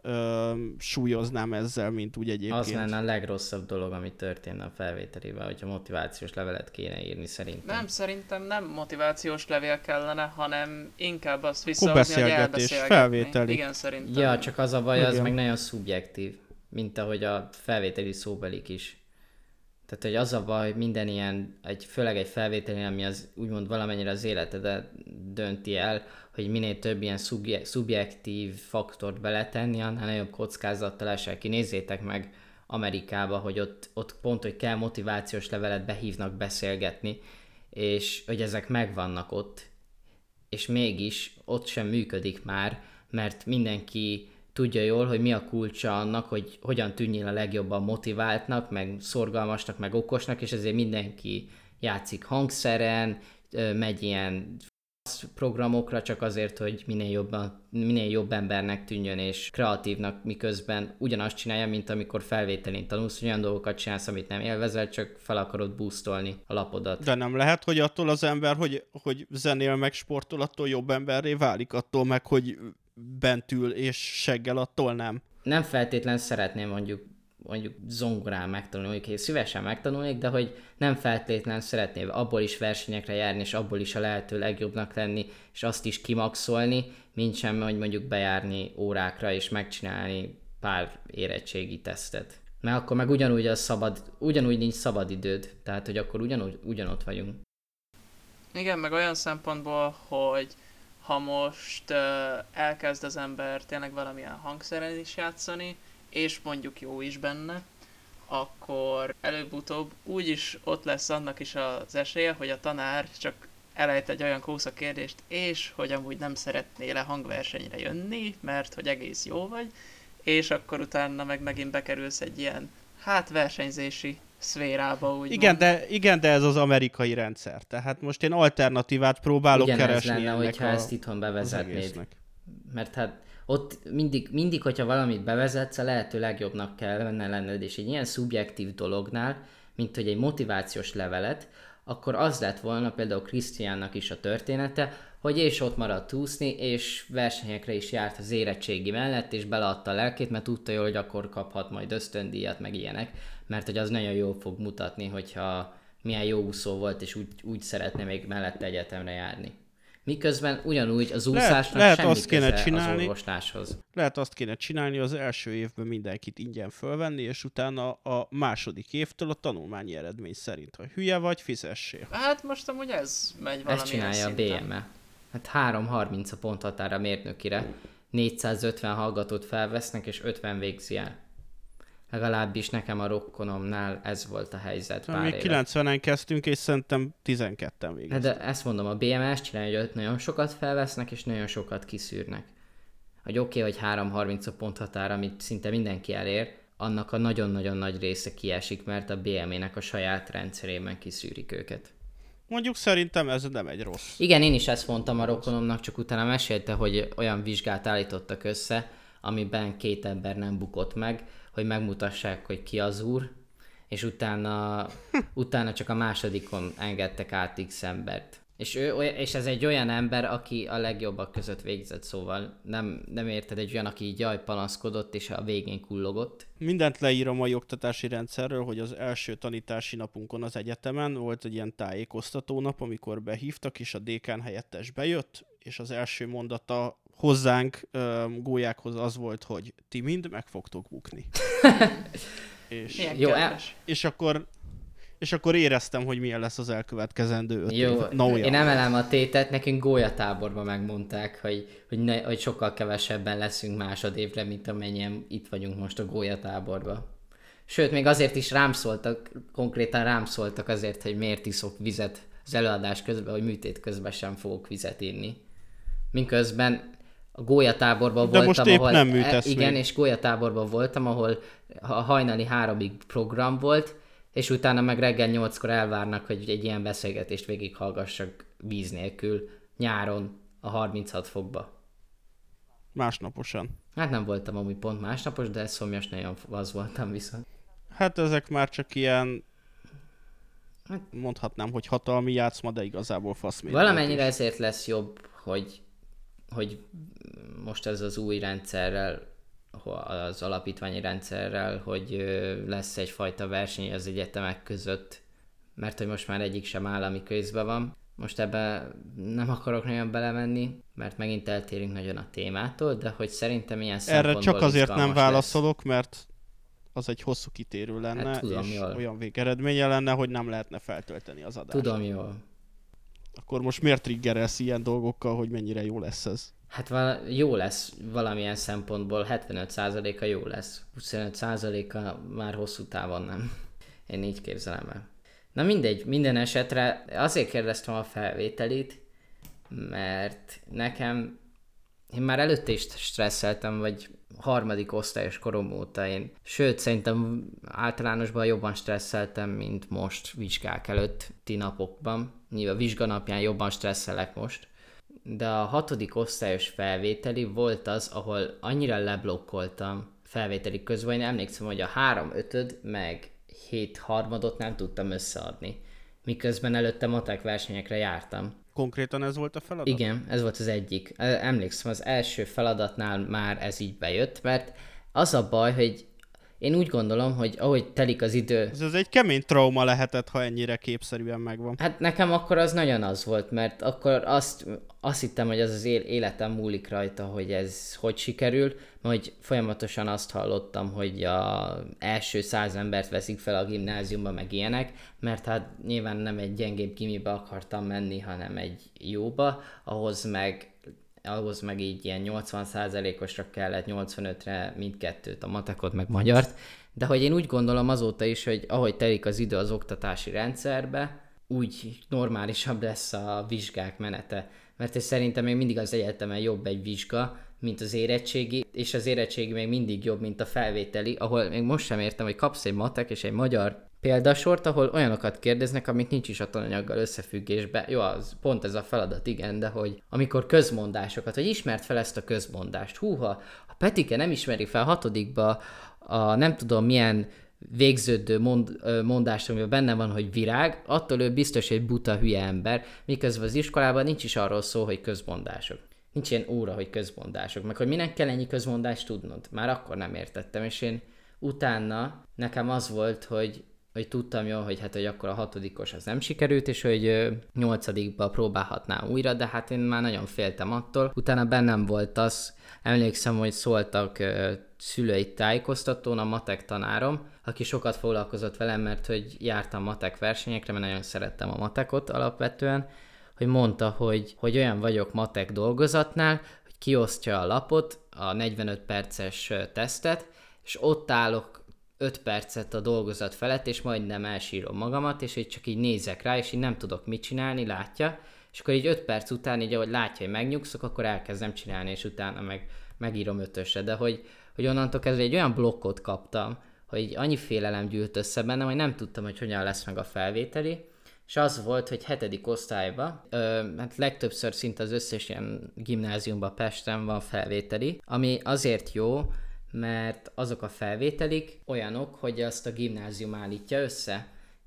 súlyoznám ezzel, mint úgy egyébként. Az lenne a legrosszabb dolog, ami történne a felvételével, hogyha motivációs levelet kéne írni szerintem. Nem, szerintem nem motivációs levél kellene, hanem inkább azt visszahozni, hogy beszélgetés, elbeszélgetni. felvételi. Igen, szerintem. Ja, csak az a baj, az Igen. meg nagyon szubjektív, mint ahogy a felvételi szóbelik is. Tehát, hogy az a baj, minden ilyen, főleg egy felvételi, ami az úgymond valamennyire az életedet dönti el, hogy minél több ilyen szubjektív faktort beletenni, annál nagyobb kockázattal esel ki. Nézzétek meg Amerikába, hogy ott pont, hogy kell motivációs levelet behívnak beszélgetni, és hogy ezek megvannak ott, és mégis ott sem működik már, mert mindenki tudja jól, hogy mi a kulcsa annak, hogy hogyan tűnjél a legjobban motiváltnak, meg szorgalmasnak, meg okosnak, és ezért mindenki játszik hangszeren, megy ilyen programokra csak azért, hogy minél jobb embernek tűnjön és kreatívnak, miközben ugyanazt csinálja, mint amikor felvételén tanulsz, hogy olyan dolgokat csinálsz, amit nem élvezel, csak fel akarod boostolni a lapodat. De nem lehet, hogy attól az ember, hogy zenél meg sportol, attól jobb emberré válik, attól meg, hogy bent ül és seggel, attól nem. Nem feltétlen szeretném mondjuk zongorán megtanulni, hogy szívesen megtanulnék, de hogy nem feltétlen szeretném abból is versenyekre járni, és abból is a lehető legjobbnak lenni, és azt is kimaxolni, mint sem, hogy mondjuk bejárni órákra, és megcsinálni pár érettségi tesztet. Mert akkor meg ugyanúgy nincs szabad időd, tehát hogy akkor ugyanott vagyunk. Igen, meg olyan szempontból, hogy ha most elkezd az ember tényleg valamilyen hangszeren is játszani, és mondjuk jó is benne, akkor előbb-utóbb úgyis ott lesz annak is az esélye, hogy a tanár csak elejt egy olyan kósza kérdést, és hogy amúgy nem szeretnél a hangversenyre jönni, mert hogy egész jó vagy, és akkor utána meg megint bekerülsz egy ilyen versenyzési szférába, úgy Igen, de ez az amerikai rendszer. Tehát most én alternatívát próbálok keresni. Ugyanez lenne, hogyha ezt itthon bevezetnéd. Mert hát ott mindig, hogyha valamit bevezetsz, a lehető legjobbnak kell benne lenned, és egy ilyen szubjektív dolognál, mint hogy egy motivációs levelet, akkor az lett volna például Krisztiánnak is a története, hogy és ott maradt úszni, és versenyekre is járt az érettségi mellett, és beleadta a lelkét, mert tudta jól, hogy akkor kaphat majd ösztöndíjat, meg ilyenek, mert hogy az nagyon jól fog mutatni, hogyha milyen jó úszó volt, és úgy szeretne még mellette egyetemre járni. Miközben ugyanúgy az úszásnak semmi köze az orvosláshoz. Lehet azt kéne csinálni, az első évben mindenkit ingyen fölvenni, és utána a második évtől a tanulmányi eredmény szerint, ha hülye vagy, fizessél. Hát most amúgy ez megy valamilyen Ezt csinálja szinten. a BME. Hát 3.30 a ponthatára mérnökire, 450 hallgatót felvesznek, és 50 végzi el. Legalábbis nekem a rokkonomnál ez volt a helyzet pár Mi éve. 90-en kezdtünk, és szerintem 12-en végeztünk. Hát de ezt mondom, a BME ezt csinálja, hogy ott nagyon sokat felvesznek, és nagyon sokat kiszűrnek. Hogy oké, hogy 3.30 a ponthatár, amit szinte mindenki elér, annak a nagyon-nagyon nagy része kiesik, mert a BME-nek a saját rendszerében kiszűrik őket. Mondjuk szerintem ez nem egy rossz. Igen, én is ezt mondtam a rokonomnak, csak utána mesélte, hogy olyan vizsgát állítottak össze, amiben 2 ember nem bukott meg, hogy megmutassák, hogy ki az úr, és utána csak a másodikon engedtek át X embert. És ez egy olyan ember, aki a legjobbak között végzett, szóval nem érted, egy olyan, aki így panaszkodott, és a végén kullogott. Mindent leírom a oktatási rendszerről, hogy az első tanítási napunkon az egyetemen volt egy ilyen tájékoztató nap, amikor behívtak, és a dékán helyettes bejött, és az első mondata hozzánk, gólyákhoz az volt, hogy ti mind meg fogtok bukni. És akkor éreztem, hogy milyen lesz az elkövetkezendő 5 év. Én emelem a tétet, nekünk gólyatáborban megmondták, hogy sokkal kevesebben leszünk másodévre, mint amennyien itt vagyunk most a gólyatáborban. Sőt, még azért is konkrétan rám szóltak azért, hogy miért iszok vizet az előadás közben, hogy műtét közben sem fogok vizet inni. Miközben a gólyatáborban De voltam, most épp ahol... nem műtesz igen, még. és gólyatáborban voltam, ahol a hajnali 3-ig program volt, és utána meg reggel 8-kor elvárnak, hogy egy ilyen beszélgetést végighallgassak víz nélkül, nyáron, a 36 fokba. Másnaposan. Hát nem voltam amúgy pont másnapos, de szomjas nagyon az voltam viszont. Hát ezek már csak ilyen, mondhatnám, hogy hatalmi játszma, de igazából faszmér. Valamennyire ezért lesz jobb, hogy most ez az új rendszerrel, az alapítványi rendszerrel, hogy lesz egyfajta verseny az egyetemek között, mert hogy most már egyik sem állami kézben van. Most ebbe nem akarok nagyon belemenni, mert megint eltérünk nagyon a témától, de hogy szerintem ilyen Erre szempontból csak azért nem izgalmas válaszolok, mert az egy hosszú kitérő lenne, Hát tudom, és jól. olyan végeredménye lenne, hogy nem lehetne feltölteni az adást. Tudom jól. Akkor most miért triggerelsz ilyen dolgokkal, hogy mennyire jó lesz ez? Hát jó lesz valamilyen szempontból, 75%-a jó lesz. 25%-a már hosszú távon nem. Én így képzelem el. Na mindegy, minden esetre azért kérdeztem a felvételit, mert nekem, én már előtte is stresszeltem, vagy harmadik osztályos korom óta én. Sőt, szerintem általánosban jobban stresszeltem, mint most vizsgák előtti napokban. Nyilván vizsganapján jobban stresszelek most. De a 6. osztályos felvételi volt az, ahol annyira leblokkoltam felvételi közben, én emlékszem, hogy a 3/5 meg 7/3 nem tudtam összeadni. Miközben előtte matek versenyekre jártam. Konkrétan ez volt a feladat? Igen, ez volt az egyik. Emlékszem, az első feladatnál már ez így bejött, mert az a baj, hogy én úgy gondolom, hogy ahogy telik az idő... Ez egy kemény trauma lehetett, ha ennyire képszerűen megvan. Hát nekem akkor az nagyon az volt, mert akkor azt hittem, hogy az életem múlik rajta, hogy ez hogy sikerül, hogy folyamatosan azt hallottam, hogy az első 100 embert veszik fel a gimnáziumba, meg ilyenek, mert hát nyilván nem egy gyengébb gimibe akartam menni, hanem egy jóba, ahhoz meg így ilyen 80%-osra kellett, 85-re mindkettőt, a matekot meg magyart, de hogy én úgy gondolom azóta is, hogy ahogy telik az idő az oktatási rendszerbe, úgy normálisabb lesz a vizsgák menete. Mert ez szerintem még mindig az egyetemen jobb egy vizsga, mint az érettségi, és az érettségi még mindig jobb, mint a felvételi, ahol még most sem értem, hogy kapsz egy matek és egy magyar példasort, ahol olyanokat kérdeznek, amik nincs is a tananyaggal összefüggésben. Jó, az pont ez a feladat, igen, de hogy amikor közmondásokat, hogy ismert fel ezt a közmondást. Húha, a Petike nem ismeri fel 6-ba a nem tudom milyen végződő mondást, amiben benne van, hogy virág, attól ő biztos egy buta hülye ember, miközben az iskolában nincs is arról szó, hogy közmondások. Nincs ilyen óra, hogy közmondások, meg hogy minek kell ennyi közmondást tudnod. Már akkor nem értettem, és én utána nekem az volt, hogy tudtam jól, hogy hát, hogy akkor a 6-os az nem sikerült, és hogy 8-ba próbálhatnám újra, de hát én már nagyon féltem attól. Utána bennem volt az, emlékszem, hogy szóltak szülői tájékoztatón a matek tanárom, aki sokat foglalkozott velem, mert hogy jártam matek versenyekre, mert nagyon szerettem a matekot alapvetően, hogy mondta, hogy olyan vagyok matek dolgozatnál, hogy kiosztja a lapot, a 45 perces tesztet, és ott állok 5 percet a dolgozat felett, és majdnem elsírom magamat, és így csak így nézek rá, és így nem tudok mit csinálni, látja, és akkor így 5 perc után, így ahogy látja, hogy megnyugszok, akkor elkezdem csinálni, és utána megírom 5-ösre, de hogy onnantól kezdve egy olyan blokkot kaptam, hogy annyi félelem gyűlt össze bennem, hogy nem tudtam, hogy hogyan lesz meg a felvételi, és az volt, hogy 7. osztályban, hát legtöbbször szinte az összes ilyen gimnáziumban Pesten van felvételi, ami azért jó, mert azok a felvételik olyanok, hogy azt a gimnázium állítja össze.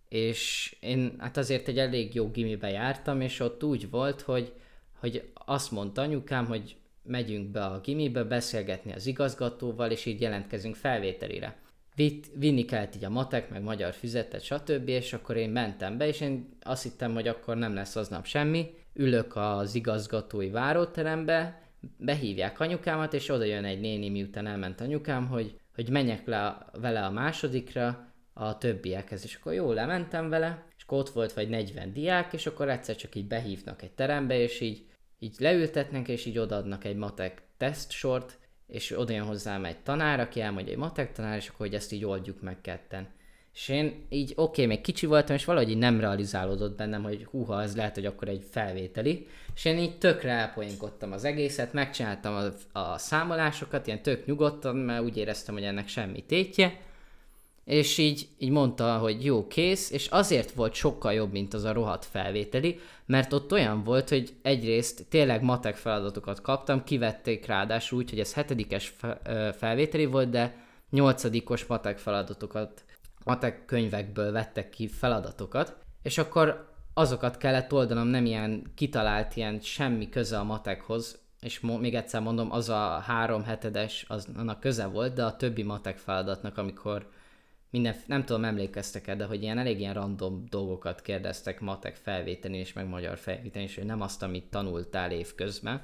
És én hát azért egy elég jó gimibe jártam, és ott úgy volt, hogy azt mondta anyukám, hogy megyünk be a gimibe beszélgetni az igazgatóval, és így jelentkezünk felvételire. Vinni kellett így a matek, meg magyar füzetet, stb. És akkor én mentem be, és én azt hittem, hogy akkor nem lesz aznap semmi. Ülök az igazgatói váróterembe, behívják anyukámat, és oda jön egy néni, miután elment anyukám, hogy menjek le vele a másodikra a többiekhez. És akkor jól lementem vele, és akkor ott volt vagy 40 diák, és akkor egyszer csak így behívnak egy terembe, és így leültetnek, és így odaadnak egy matek tesztsort, és oda jön hozzám egy tanár, aki elmondja, egy matek tanár, és akkor hogy ezt így oldjuk meg ketten. És én így még kicsi voltam, és valahogy így nem realizálódott bennem, hogy húha, ez lehet, hogy akkor egy felvételi. És én így tökre elpoénkodtam az egészet, megcsináltam a számolásokat, ilyen tök nyugodtan, mert úgy éreztem, hogy ennek semmi tétje. És így mondta, hogy jó, kész, és azért volt sokkal jobb, mint az a rohadt felvételi, mert ott olyan volt, hogy egyrészt tényleg matek feladatokat kaptam, kivették ráadásul úgy, hogy ez 7-es felvételi volt, de 8-os matek feladatokat, matek könyvekből vettek ki feladatokat, és akkor azokat kellett oldanom, nem ilyen kitalált, ilyen semmi köze a matekhoz, és még egyszer mondom, az a 3/7-es, annak köze volt, de a többi matek feladatnak, amikor nem tudom, emlékeztek-e, de hogy elég ilyen random dolgokat kérdeztek matek felvételén és meg magyar felvételén, és hogy nem azt, amit tanultál évközben.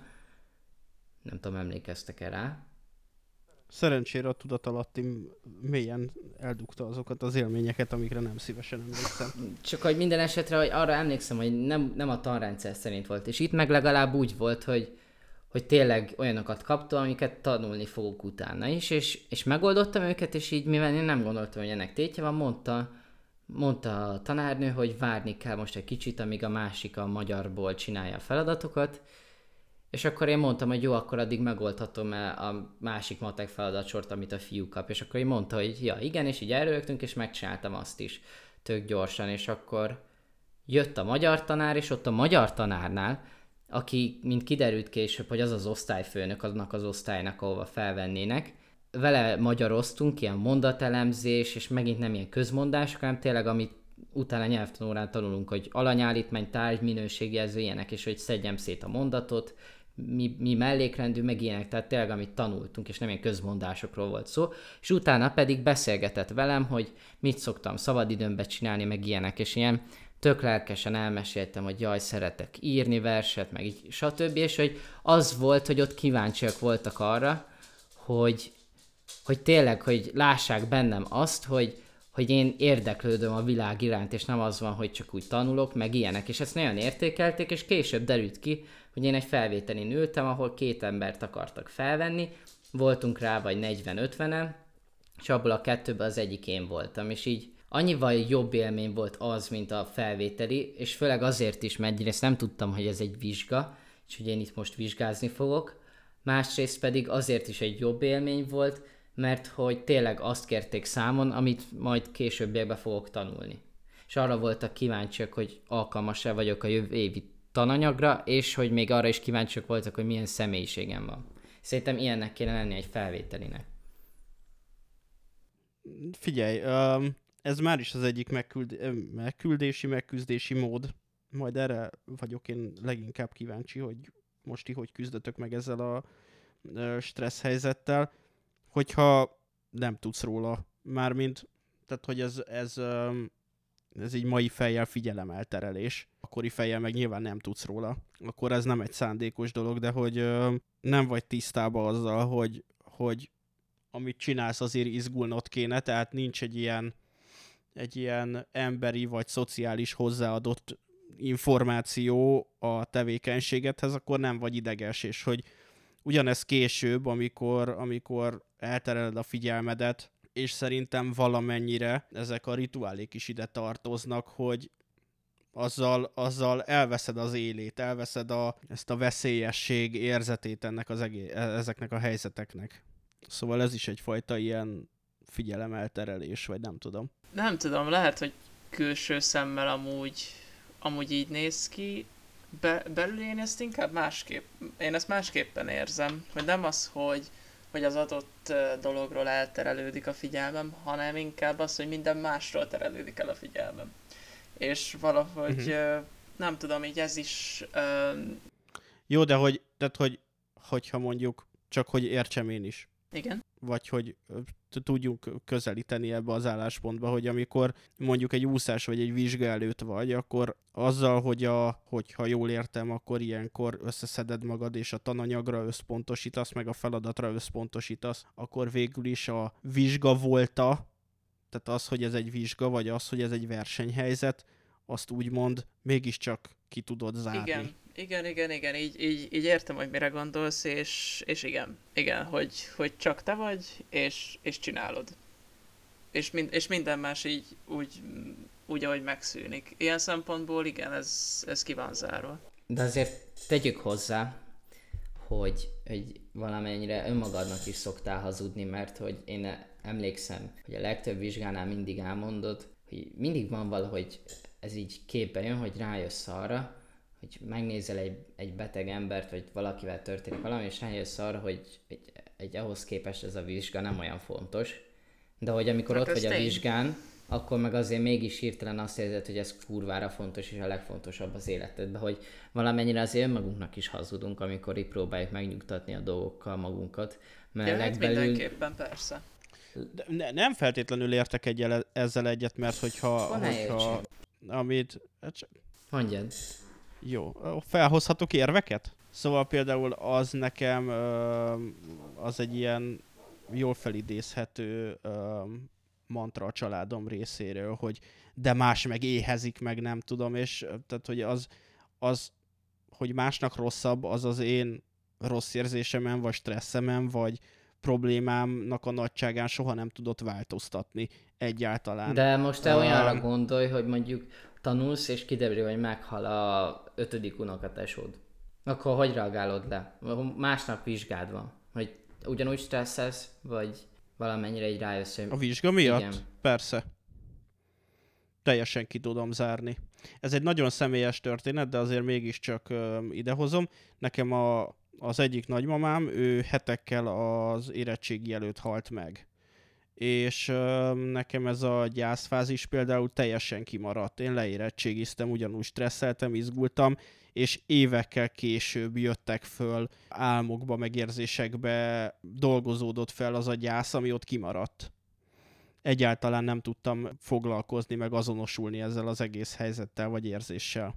Nem tudom, emlékeztek-e rá? Szerencsére a tudatalattim mélyen eldugta azokat az élményeket, amikre nem szívesen emlékszem. Csak hogy minden esetre, hogy arra emlékszem, hogy nem a tanrendszer szerint volt, és itt meg legalább úgy volt, hogy tényleg olyanokat kaptam, amiket tanulni fogok utána is, és megoldottam őket, és így, mivel én nem gondoltam, hogy ennek tétje van, mondta a tanárnő, hogy várni kell most egy kicsit, amíg a másik a magyarból csinálja a feladatokat, és akkor én mondtam, hogy jó, akkor addig megoldhatom a másik matek feladatsort, amit a fiú kap, és akkor én mondta, hogy ja, igen, és így elrögtünk, és megcsináltam azt is tök gyorsan, és akkor jött a magyar tanár, és ott a magyar tanárnál, aki, mint kiderült később, hogy az az osztályfőnök annak az osztálynak, ahova felvennének, vele magyaroztunk, ilyen mondatelemzés, és megint nem ilyen közmondások, hanem tényleg, amit utána nyelvtanórán tanulunk, hogy alanyállítmány, tárgy, minőségjelző, ilyenek, és hogy szedjem szét a mondatot, mi mellékrendű, meg ilyenek, tehát tényleg, amit tanultunk, és nem ilyen közmondásokról volt szó, és utána pedig beszélgetett velem, hogy mit szoktam szabadidőmben csinálni, meg ilyenek, és ilyen tök lelkesen elmeséltem, hogy jaj, szeretek írni verset, meg így, stb. És hogy az volt, hogy ott kíváncsiak voltak arra, hogy tényleg, hogy lássák bennem azt, hogy én érdeklődöm a világ iránt, és nem az van, hogy csak úgy tanulok, meg ilyenek. És ezt nagyon értékelték, és később derült ki, hogy én egy felvételin ültem, ahol 2 embert akartak felvenni, voltunk rá vagy 40-50-en, és abból a 2-ből az egyik én voltam, és így annyival jobb élmény volt az, mint a felvételi, és főleg azért is, mert egyrészt nem tudtam, hogy ez egy vizsga, és hogy én itt most vizsgázni fogok, másrészt pedig azért is egy jobb élmény volt, mert hogy tényleg azt kérték számon, amit majd későbbiekben fogok tanulni. És arra voltak kíváncsiak, hogy alkalmas-e vagyok a jövő évi tananyagra, és hogy még arra is kíváncsiak voltak, hogy milyen személyiségem van. Szerintem ilyennek kéne lenni egy felvételinek. Figyelj, ez már is az egyik megküzdési mód. Majd erre vagyok én leginkább kíváncsi, hogy most ti hogy küzdötök meg ezzel a stressz helyzettel, hogyha nem tudsz róla. Mármint, tehát hogy ez így mai fejjel figyelemelterelés. Akkori fejjel meg nyilván nem tudsz róla. Akkor ez nem egy szándékos dolog, de hogy nem vagy tisztában azzal, hogy amit csinálsz, azért izgulnod kéne, tehát nincs egy ilyen emberi vagy szociális hozzáadott információ a tevékenységedhez, akkor nem vagy ideges, és hogy ugyanez később, amikor eltereled a figyelmedet, és szerintem valamennyire ezek a rituálék is ide tartoznak, hogy azzal elveszed az élét, elveszed ezt a veszélyesség érzetét ezeknek a helyzeteknek. Szóval ez is egyfajta ilyen figyelemelterelés, vagy nem tudom. Nem tudom, lehet, hogy külső szemmel amúgy így néz ki. Belül én ezt inkább én ezt másképpen érzem, hogy nem az, hogy az adott dologról elterelődik a figyelmem, hanem inkább az, hogy minden másról terelődik el a figyelmem. És valahogy, nem tudom, így ez is... Jó, de hogyha mondjuk, csak hogy értsem én is. Igen. Vagy hogy tudjunk közelíteni ebbe az álláspontba, hogy amikor mondjuk egy úszás vagy egy vizsga előtt vagy, akkor azzal, hogyha jól értem, akkor ilyenkor összeszeded magad, és a tananyagra összpontosítasz, meg a feladatra összpontosítasz, akkor végül is a vizsga volta, tehát az, hogy ez egy vizsga, vagy az, hogy ez egy versenyhelyzet, azt úgymond mégiscsak ki tudod zárni. Igen, így értem, hogy mire gondolsz, és igen, hogy csak te vagy, és csinálod. és minden más így úgy, ahogy megszűnik. Ilyen szempontból igen, ez ki van zárva. De azért tegyük hozzá, hogy valamennyire önmagadnak is szoktál hazudni, mert hogy én emlékszem, hogy a legtöbb vizsgánál mindig elmondod, hogy mindig van valahogy ez így képbe jön, hogy rájössz arra, hogy megnézel egy beteg embert, vagy valakivel történik valami, és rájössz arra, hogy egy ahhoz képest ez a vizsga nem olyan fontos. De hogy amikor Hát ott vagy a tény. vizsgán, akkor meg azért mégis hirtelen azt érzed, hogy ez kurvára fontos, és a legfontosabb az életedben, hogy valamennyire azért önmagunknak is hazudunk, amikor itt próbáljuk megnyugtatni a dolgokkal magunkat. Mert Ja, hát mindenképpen, persze. De nem feltétlenül értek ezzel egyet, mert hogyha amit... Mondjad. Jó, felhozhatok érveket? Szóval például az nekem az egy ilyen jól felidézhető mantra a családom részéről, hogy de más meg éhezik, meg nem tudom, és tehát, hogy az hogy másnak rosszabb, az az én rossz érzésemen, vagy stresszemen, vagy problémámnak a nagyságán soha nem tudott változtatni egyáltalán. De most te olyanra gondolj, hogy mondjuk tanulsz, és kiderül, hogy meghal a 5. unokatesód. Akkor hogy reagálod le? Másnap vizsgád van. Hogy ugyanúgy stresszelsz, vagy valamennyire így rájössz, hogy... A vizsga miatt? Igen. Persze. Teljesen ki tudom zárni. Ez egy nagyon személyes történet, de azért mégiscsak idehozom. Nekem az egyik nagymamám, ő hetekkel az érettségi előtt halt meg. És nekem ez a gyászfázis például teljesen kimaradt. Én leérettségiztem, ugyanúgy stresszeltem, izgultam, és évekkel később jöttek föl álmokba, megérzésekbe, dolgozódott fel az a gyász, ami ott kimaradt. Egyáltalán nem tudtam foglalkozni, meg azonosulni ezzel az egész helyzettel, vagy érzéssel.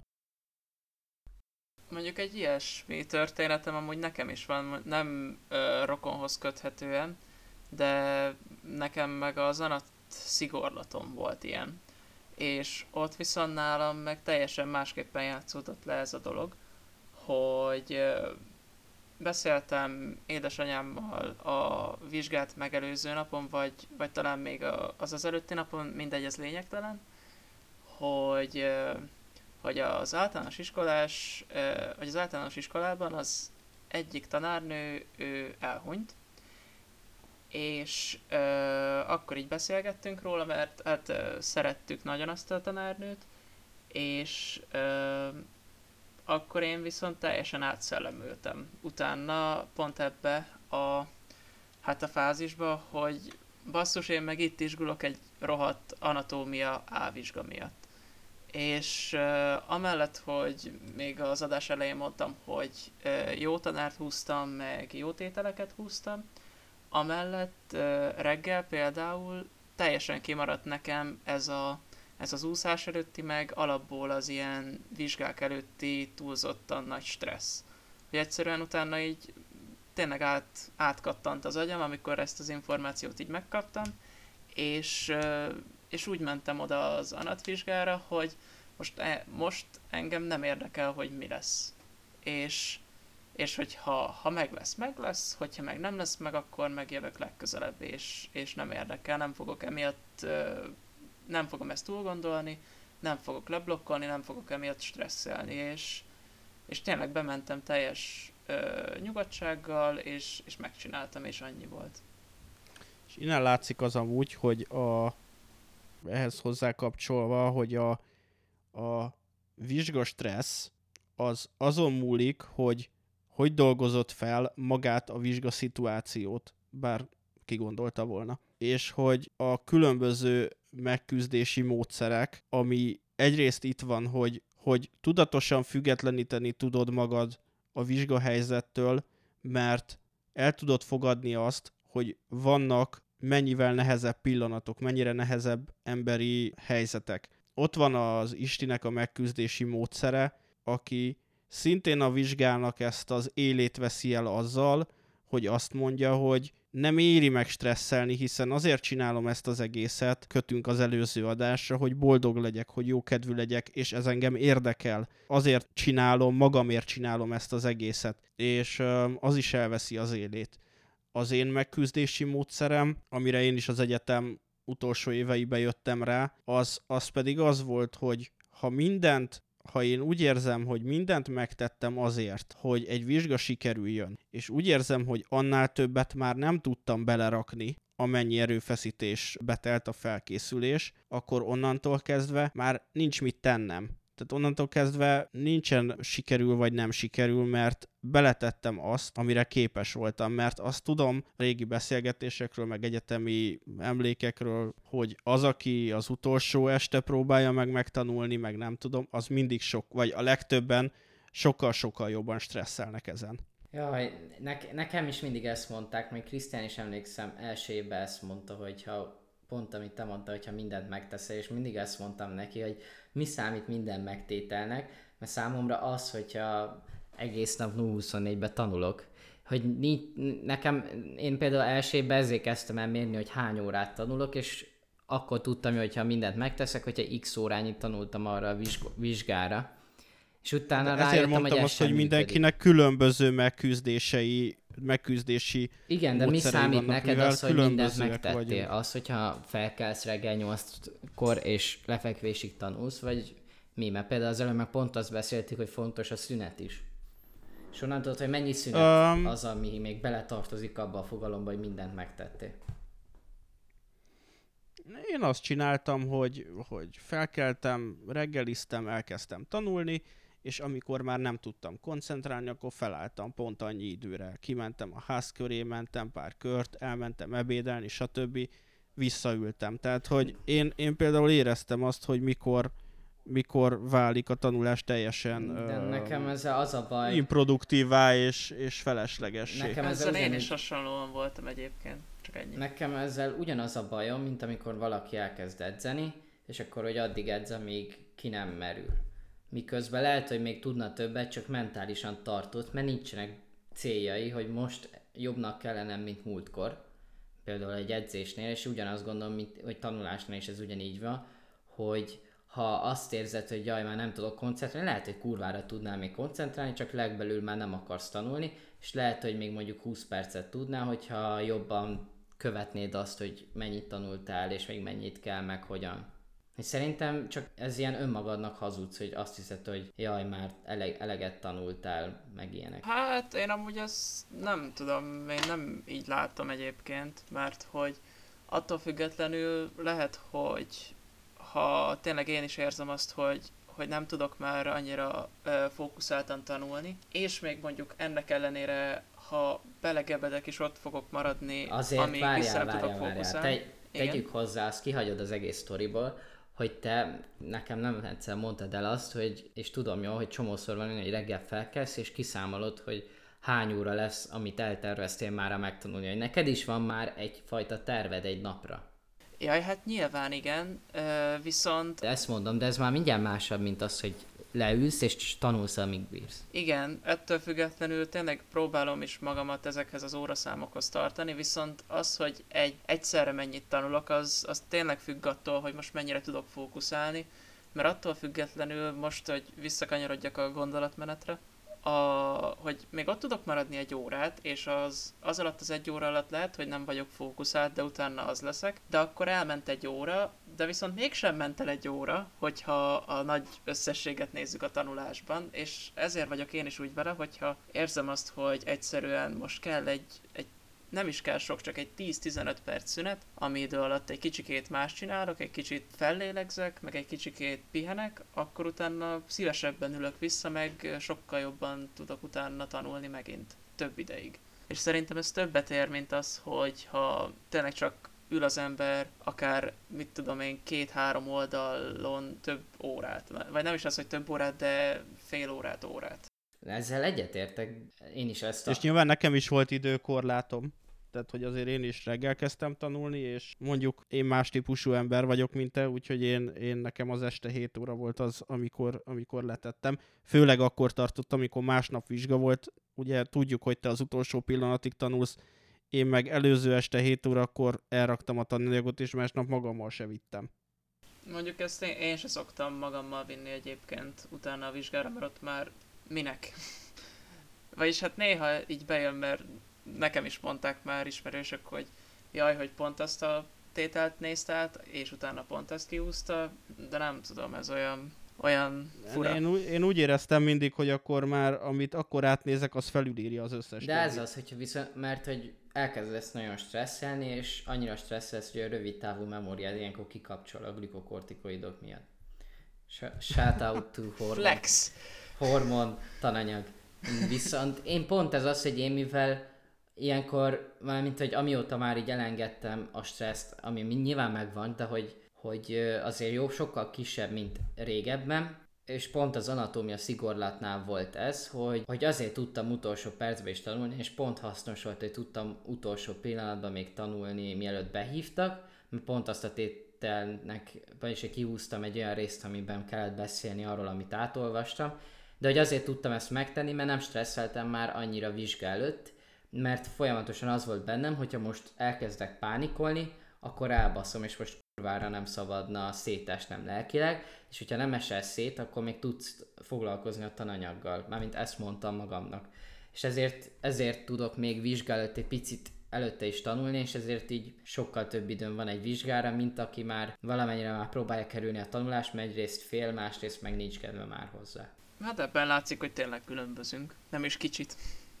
Mondjuk egy ilyesmi történetem amúgy nekem is van, nem rokonhoz köthetően, de nekem meg a zanat szigorlatom volt ilyen. És ott viszont nálam meg teljesen másképpen játszódott le ez a dolog, hogy beszéltem édesanyámmal a vizsgát megelőző napon, vagy talán még az előtti napon, mindegy, ez lényegtelen, hogy az általános iskolában az egyik tanárnő ő elhunyt, és akkor így beszélgettünk róla, mert hát szerettük nagyon azt a tanárnőt, és akkor én viszont teljesen átszellemültem. Utána pont ebbe a fázisba, hogy basszus, én meg itt izgulok egy rohadt anatómia A vizsga miatt. És amellett, hogy még az adás elején mondtam, hogy jó tanárt húztam, meg jó tételeket húztam, amellett reggel például teljesen kimaradt nekem ez az úszás előtti, meg alapból az ilyen vizsgák előtti túlzottan nagy stressz. Hogy egyszerűen utána így tényleg átkattant az agyam, amikor ezt az információt így megkaptam, és úgy mentem oda az anatvizsgára, hogy most engem nem érdekel, hogy mi lesz. És hogy ha meg lesz, hogyha meg nem lesz meg, akkor megjövök legközelebb, és nem érdekel, nem fogok emiatt, nem fogom ezt túl gondolni, nem fogok leblokkolni, nem fogok emiatt stresszelni, és tényleg bementem teljes nyugodtsággal, és megcsináltam, és annyi volt. És innen látszik az amúgy, hogy ehhez hozzákapcsolva, hogy a vizsga stressz az azon múlik, hogy dolgozott fel magát a vizsga szituációt, bár ki gondolta volna. És hogy a különböző megküzdési módszerek, ami egyrészt itt van, hogy tudatosan függetleníteni tudod magad a vizsgahelyzettől, mert el tudod fogadni azt, hogy vannak mennyivel nehezebb pillanatok, mennyire nehezebb emberi helyzetek. Ott van az Istinek a megküzdési módszere, aki szintén a vizsgának ezt az élét veszi el azzal, hogy azt mondja, hogy nem éri meg stresszelni, hiszen azért csinálom ezt az egészet, kötünk az előző adásra, hogy boldog legyek, hogy jókedvű legyek, és ez engem érdekel. Azért csinálom, magamért csinálom ezt az egészet, és az is elveszi az élét. Az én megküzdési módszerem, amire én is az egyetem utolsó éveibe jöttem rá, az pedig az volt, hogy ha én úgy érzem, hogy mindent megtettem azért, hogy egy vizsga sikerüljön, és úgy érzem, hogy annál többet már nem tudtam belerakni, amennyi erőfeszítés betelt a felkészülés, akkor onnantól kezdve már nincs mit tennem. Tehát onnantól kezdve nincsen sikerül vagy nem sikerül, mert beletettem azt, amire képes voltam, mert azt tudom régi beszélgetésekről, meg egyetemi emlékekről, hogy az, aki az utolsó este próbálja meg megtanulni, meg nem tudom, az mindig vagy a legtöbben sokkal-sokkal jobban stresszelnek ezen. Jaj, nekem is mindig ezt mondták, még Krisztián is emlékszem, első évben ezt mondta, hogyha pont amit te mondta, hogyha mindent megteszel, és mindig ezt mondtam neki, hogy mi számít minden megtételnek, mert számomra az, hogyha egész nap 0-24-ben tanulok, hogy nekem, én például első évben ezért kezdtem el mérni, hogy hány órát tanulok, és akkor tudtam, hogyha mindent megteszek, hogyha x órányit tanultam arra a vizsgára. És utána ezért rájöttem, mondtam hogy azt, hogy mindenkinek különböző megküzdési igen, de mi számít vannak, neked az, hogy mindent megtettél? Vagyunk. Az, hogyha felkelsz reggel 8-kor és lefekvésig tanulsz, vagy mi? Mert például az előbb meg pont azt beszéltük, hogy fontos a szünet is. És onnan tudod, hogy mennyi szünet az, ami még beletartozik abba a fogalomba, hogy mindent megtettél. Én azt csináltam, hogy felkeltem, reggeliztem, elkezdtem tanulni, és amikor már nem tudtam koncentrálni, akkor felálltam pont annyi időre. Kimentem a ház köré, mentem pár kört, elmentem ebédelni, stb. Visszaültem. Tehát, hogy én például éreztem azt, hogy mikor válik a tanulás teljesen de nekem ezzel az a baj... improduktívá és feleslegessé. Ezzel én is hasonlóan voltam egyébként. Csak ennyi. Nekem ezzel ugyanaz a bajom, mint amikor valaki elkezd edzeni, és akkor, hogy addig edz, amíg ki nem merül. Miközben lehet, hogy még tudna többet, csak mentálisan tartott, mert nincsenek céljai, hogy most jobbnak kell lennem, mint múltkor. Például egy edzésnél, és ugyanazt gondolom, hogy tanulásnál is ez ugyanígy van, hogy ha azt érzed, hogy jaj, már nem tudok koncentrálni, lehet, hogy kurvára tudnál még koncentrálni, csak legbelül már nem akarsz tanulni, és lehet, hogy még mondjuk 20 percet tudnál, hogyha jobban követnéd azt, hogy mennyit tanultál, és még mennyit kell, meg hogyan. És szerintem csak ez ilyen önmagadnak hazudsz, hogy azt hiszed, hogy jaj, már eleget tanultál, meg ilyenek. Hát én amúgy ezt nem tudom, én nem így látom egyébként, mert hogy attól függetlenül lehet, hogy ha tényleg én is érzem azt, hogy nem tudok már annyira fókuszáltan tanulni, és még mondjuk ennek ellenére, ha belegebedek és ott fogok maradni, azért amíg vissza nem tudok fókuszálni. Tegyük hozzá, azt kihagyod az egész sztoriból, hogy te nekem nem egyszer mondtad el azt, hogy, és tudom jól, hogy csomószor van, hogy reggel felkelsz, és kiszámolod, hogy hány óra lesz, amit elterveztél már megtanulni, hogy neked is van már egyfajta terved egy napra. Jaj, hát nyilván igen, viszont... De ezt mondom, de ez már mindjárt másabb, mint az, hogy leülsz és tanulsz, amíg bírsz. Igen, ettől függetlenül tényleg próbálom is magamat ezekhez az óraszámokhoz tartani, viszont az, hogy egyszerre mennyit tanulok, az tényleg függ attól, hogy most mennyire tudok fókuszálni, mert attól függetlenül most, hogy visszakanyarodjak a gondolatmenetre, hogy még ott tudok maradni egy órát, és az alatt az egy óra alatt lehet, hogy nem vagyok fókuszált, de utána az leszek, de akkor elment egy óra, de viszont mégsem ment el egy óra, hogyha a nagy összességet nézzük a tanulásban, és ezért vagyok én is úgy vele, hogyha érzem azt, hogy egyszerűen most kell egy nem is kell sok, csak egy 10-15 perc szünet, ami idő alatt egy kicsikét más csinálok, egy kicsit fellélegzek, meg egy kicsikét pihenek, akkor utána szívesebben ülök vissza, meg sokkal jobban tudok utána tanulni megint több ideig. És szerintem ez többet ér, mint az, hogy ha tényleg csak ül az ember akár, mit tudom én, 2-3 oldalon több órát, vagy nem is az, hogy több órát, de fél órát. Ezzel egyetértek, én is ezt És nyilván nekem is volt időkorlátom. Tehát, hogy azért én is reggel kezdtem tanulni, és mondjuk én más típusú ember vagyok, mint te, úgyhogy én nekem az este 7 óra volt az, amikor letettem. Főleg akkor tartottam, amikor másnap vizsga volt. Ugye tudjuk, hogy te az utolsó pillanatig tanulsz, én meg előző este 7 órakor elraktam a tananyagot, és másnap magammal se vittem. Mondjuk ezt én se szoktam magammal vinni egyébként utána a vizsgára, mert ott már minek? Vagyis hát néha így bejön, mert nekem is mondták már ismerősök, hogy jaj, hogy pont azt a tételt nézte át, és utána pont ezt kiúzta, de nem tudom, ez olyan fura. Én úgy éreztem mindig, hogy akkor már, amit akkor átnézek, az felülírja az összes De ez többit. az, hogyha viszont, mert hogy elkezdesz nagyon stresszelni, és annyira stresszelsz, hogy a rövid távú memóriád ilyenkor kikapcsol a glikokortikoidok miatt. Shout out to Flex! hormon tananyag. Viszont én pont ez az, hogy én mivel ilyenkor, mármint hogy amióta már így elengedtem a stresszt, ami nyilván megvan, de hogy azért jó, sokkal kisebb, mint régebben, és pont az anatómia szigorlatnál volt ez, hogy azért tudtam utolsó percben is tanulni, és pont hasznos volt, hogy tudtam utolsó pillanatban még tanulni, mielőtt behívtak, mert pont azt a tételnek, vagyis kihúztam egy olyan részt, amiben kellett beszélni arról, amit átolvastam, de hogy azért tudtam ezt megtenni, mert nem stresszeltem már annyira vizsga előtt, mert folyamatosan az volt bennem, hogyha most elkezdek pánikolni, akkor elbaszom, és most kurvára nem szabadna szétesnem lelkileg, és hogyha nem esel szét, akkor még tudsz foglalkozni a tananyaggal. Mármint ezt mondtam magamnak. És ezért tudok még vizsga előtt egy picit előtte is tanulni, és ezért így sokkal több időm van egy vizsgára, mint aki már valamennyire már próbálja kerülni a tanulást, mert egyrészt fél, másrészt meg nincs kedve már hozzá. Hát ebben látszik, hogy tényleg különbözünk. Nem is kicsit.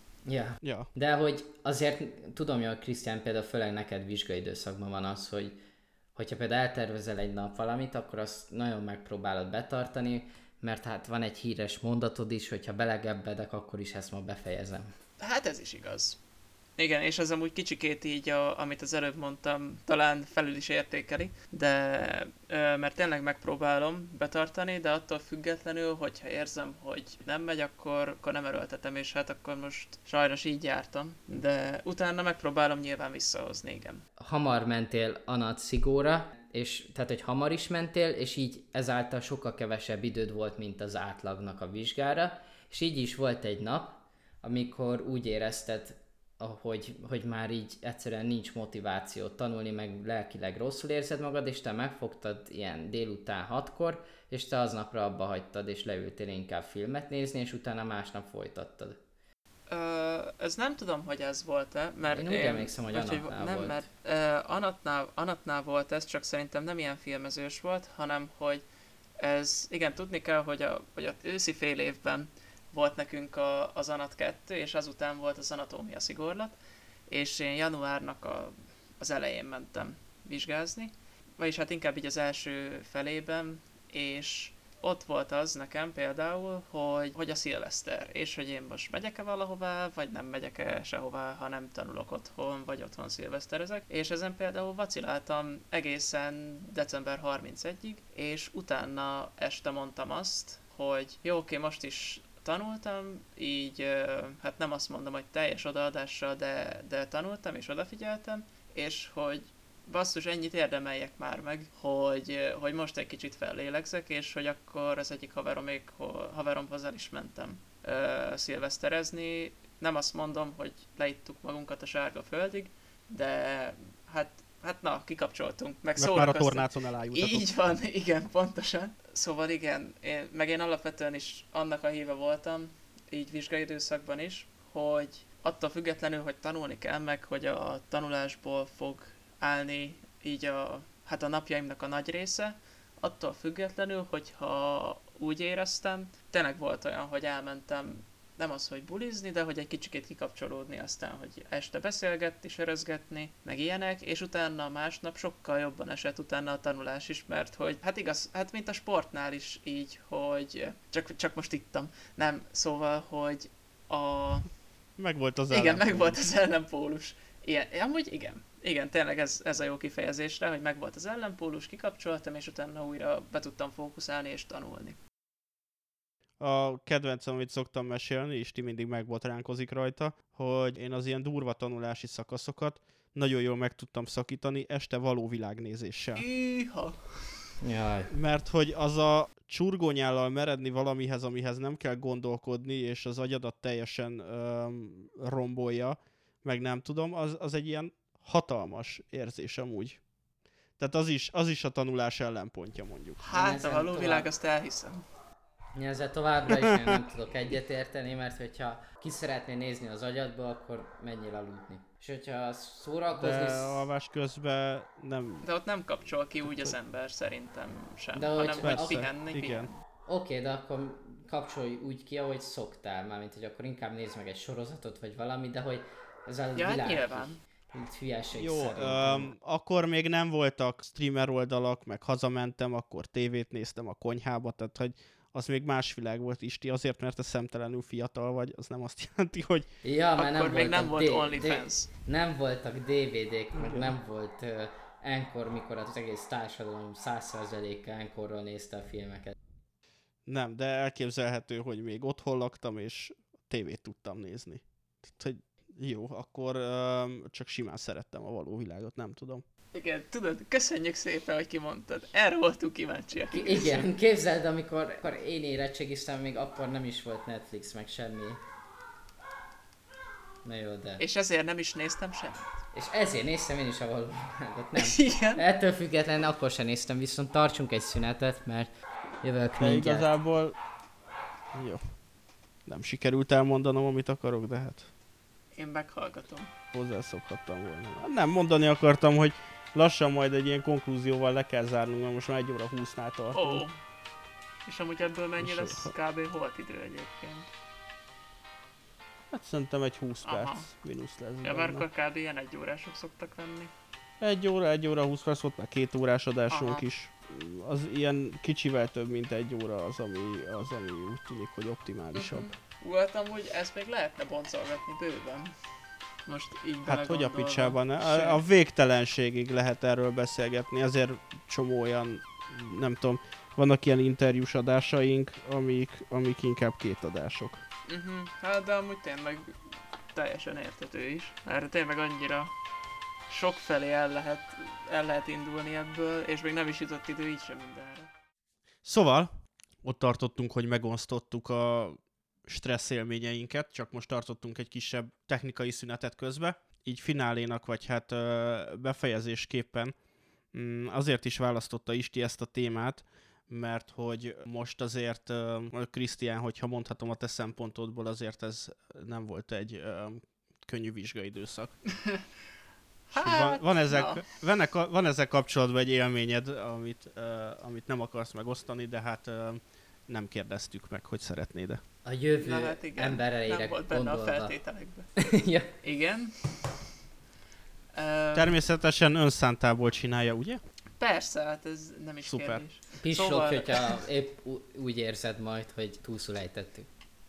Ja. De hogy azért tudom, hogy Krisztián például főleg neked vizsgai időszakban van az, hogy hogyha például eltervezel egy nap valamit, akkor azt nagyon megpróbálod betartani, mert hát van egy híres mondatod is, hogyha belegebbedek, akkor is ezt ma befejezem. Hát ez is igaz. Igen, és ez amúgy kicsikét így, amit az előbb mondtam, talán felül is értékeli, de mert tényleg megpróbálom betartani, de attól függetlenül, hogyha érzem, hogy nem megy, akkor nem erőltetem, és hát akkor most sajnos így jártam, de utána megpróbálom nyilván visszahozni, igen. Hamar mentél anatszigóra, és tehát, hogy hamar is mentél, és így ezáltal sokkal kevesebb időd volt, mint az átlagnak a vizsgára, és így is volt egy nap, amikor úgy érezted, hogy már így egyszerűen nincs motiváció tanulni, meg lelkileg rosszul érzed magad, és te megfogtad ilyen délután 6-kor, és te aznapra abba hagytad, és leültél inkább filmet nézni, és utána másnap folytattad. Ez nem tudom, hogy ez volt-e, mert én úgy emlékszem, hogy Anatnál nem, volt. Mert Anatnál volt ez, csak szerintem nem ilyen filmezős volt, hanem hogy ez, igen, tudni kell, hogy a őszi fél évben volt nekünk az Anat 2, és azután volt az anatómia szigorlat, és én januárnak az elején mentem vizsgázni, vagyis hát inkább így az első felében, és ott volt az nekem például, hogy a szilveszter, és hogy én most megyek-e valahová, vagy nem megyek-e sehová, ha nem tanulok otthon, vagy otthon szilveszterezek, és ezen például vaciláltam egészen december 31-ig, és utána este mondtam azt, hogy jó, oké, most is tanultam, így hát nem azt mondom, hogy teljes odaadással, de tanultam és odafigyeltem, és hogy basszus, ennyit érdemeljek már meg, hogy most egy kicsit fellélegzek, és hogy akkor az egyik haveromhoz el is mentem szilveszterezni. Nem azt mondom, hogy leittuk magunkat a sárga földig, de hát na, kikapcsoltunk, meg Mert már a tornácon elájultatok. Így van, igen, pontosan. Szóval igen, én alapvetően is annak a híve voltam, így vizsgai időszakban is, hogy attól függetlenül, hogy tanulni kell meg, hogy a tanulásból fog állni így a napjaimnak a nagy része, attól függetlenül, hogyha úgy éreztem, tényleg volt olyan, hogy elmentem nem az, hogy bulizni, de hogy egy kicsikét kikapcsolódni, aztán, hogy este beszélgetni, sörözgetni, meg ilyenek, és utána másnap sokkal jobban esett utána a tanulás is, mert hogy, hát igaz, hát mint a sportnál is így, hogy csak most ittam. Nem, szóval, hogy Megvolt az igen, ellenpólus. megvolt az ellenpólus. Ilyen, amúgy igen, tényleg ez a jó kifejezésre, hogy megvolt az ellenpólus, kikapcsoltam, és utána újra be tudtam fókuszálni és tanulni. A kedvencem, amit szoktam mesélni, és ti mindig megbotránkozik rajta, hogy én az ilyen durva tanulási szakaszokat nagyon jól meg tudtam szakítani este való világnézéssel. Iha! Jaj. Mert hogy az a csurgónyállal meredni valamihez, amihez nem kell gondolkodni, és az agyadat teljesen rombolja, meg nem tudom, az egy ilyen hatalmas érzés amúgy. Tehát az is a tanulás ellenpontja, mondjuk. Hát a Ezen való tovább- világ, azt elhiszem. Ezzel továbbra is én nem tudok egyetérteni, mert hogyha ki szeretné nézni az agyadba, akkor menjél aludni. És hogyha szórakozni... De alvás közben nem... De ott nem kapcsol ki úgy az ember szerintem sem, De hanem hogy- hogy Persze, pihenni, igen. pihenni. Oké, de akkor kapcsolj úgy ki, ahogy szoktál, mármint hogy akkor inkább nézd meg egy sorozatot vagy valami, de hogy ez a Ja, hát világ nyilván. mint hülyeség Jó, szerintem. akkor még nem voltak streamer oldalak, meg hazamentem, akkor tévét néztem a konyhába, tehát hogy az még más világ volt, Isti, azért, mert te szemtelenül fiatal vagy, az nem azt jelenti, hogy Ja, mert Akkor még nem volt voltak OnlyFans. nem voltak DVD-k, meg nem volt Encore, mikor az egész társadalom 100%-a Encore-ról nézte a filmeket. nem, de elképzelhető, hogy még otthon laktam, és tévét tudtam nézni. Tehát, hogy jó, akkor csak simán szerettem a való világot, nem tudom. Igen, tudod, köszönjük szépen, hogy kimondtad. Erre voltunk kíváncsiak. Igen, képzeld, amikor én érettségiztem, még akkor nem is volt Netflix, meg semmi. Na jó, de... És ezért nem is néztem semmit. És ezért néztem én is a való világot, nem. Igen. Ettől függetlenül akkor sem néztem, viszont tartsunk egy szünetet, mert jövök De mindjárt. igazából... Jó. Nem sikerült elmondanom, amit akarok, de hát Én meghallgatom. hozzászokhattam volna. Nem, mondani akartam, hogy lassan majd egy ilyen konklúzióval le kell zárnunk, mert most már 1 óra 20-nál tartunk. Ó. És amúgy ebből mennyi És lesz kb. Holt idő egyébként? Hát szerintem egy 20 Aha. perc mínusz lesz Ja, mert benne. akkor kb. Ilyen 1 órások szoktak lenni. 1 óra 20 perc volt, már 2 órás adásunk Aha. is. Az ilyen kicsivel több, mint 1 óra az, ami úgy tűnik, hogy optimálisabb. Hát amúgy ezt még lehetne boncolgatni bőven. Most így Hát hogy a belegondolva. picsában? Sőt. A végtelenségig lehet erről beszélgetni, azért csomó olyan, nem tudom, vannak ilyen interjús adásaink, amik inkább 2 adások. Hát de amúgy tényleg teljesen érthető is. Mert tényleg annyira sok felé el lehet indulni ebből, és még nem is jutott idő így sem mindenre. Szóval, ott tartottunk, hogy megosztottuk a stressz élményeinket, csak most tartottunk egy kisebb technikai szünetet közbe. Így finálénak, vagy hát befejezésképpen azért is választotta Isti ezt a témát, mert hogy most azért, Krisztián, hogyha mondhatom a te szempontodból, azért ez nem volt egy könnyű vizsgaidőszak. Hát, Van ezzel kapcsolatban egy élményed, amit nem akarsz megosztani, de hát nem kérdeztük meg, hogy szeretnéd-e. A jövő na hát igen, embereire nem volt benne gondolva. a feltételekben. Ja. Igen. Természetesen önszántából csinálja, ugye? Persze, hát ez nem is Szuper. kérdés. Pislog, Szóval- hogyha épp úgy érzed majd, hogy túlszul ejtettük.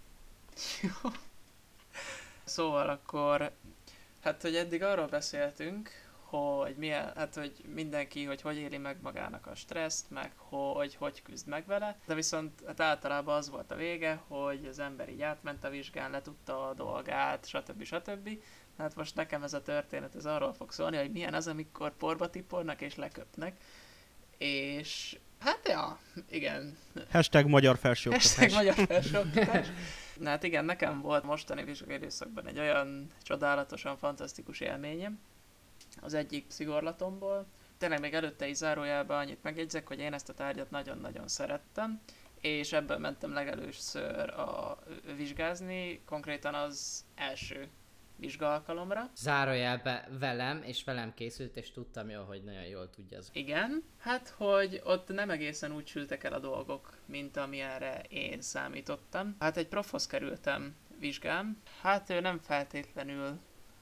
Szóval akkor, hát hogy eddig arról beszéltünk, hogy milyen, hát hogy mindenki, hogy éli meg magának a stresszt, meg hogy küzd meg vele, de viszont hát általában az volt a vége, hogy az ember így átment a vizsgán, letudta a dolgát, stb. Hát most nekem ez a történet, ez arról fog szólni, hogy milyen az, amikor porba tipornak és leköpnek, és hát ja, igen, Hashtag magyar felsőoktatás. Hashtag magyar felsőoktatás. Na hát igen, nekem volt mostani vizsgai időszakban egy olyan csodálatosan fantasztikus élményem az egyik szigorlatomból. Tényleg még előtte is zárójelben annyit megjegyzek, hogy én ezt a tárgyat nagyon-nagyon szerettem, és ebből mentem legelőször vizsgázni, konkrétan az első vizsgaalkalomra. Zárójelbe velem, és velem készült, és tudtam jól, hogy nagyon jól tudja az. Igen, hát hogy ott nem egészen úgy sültek el a dolgok, mint amilyenre én számítottam. Hát egy profhoz kerültem vizsgám, hát ő nem feltétlenül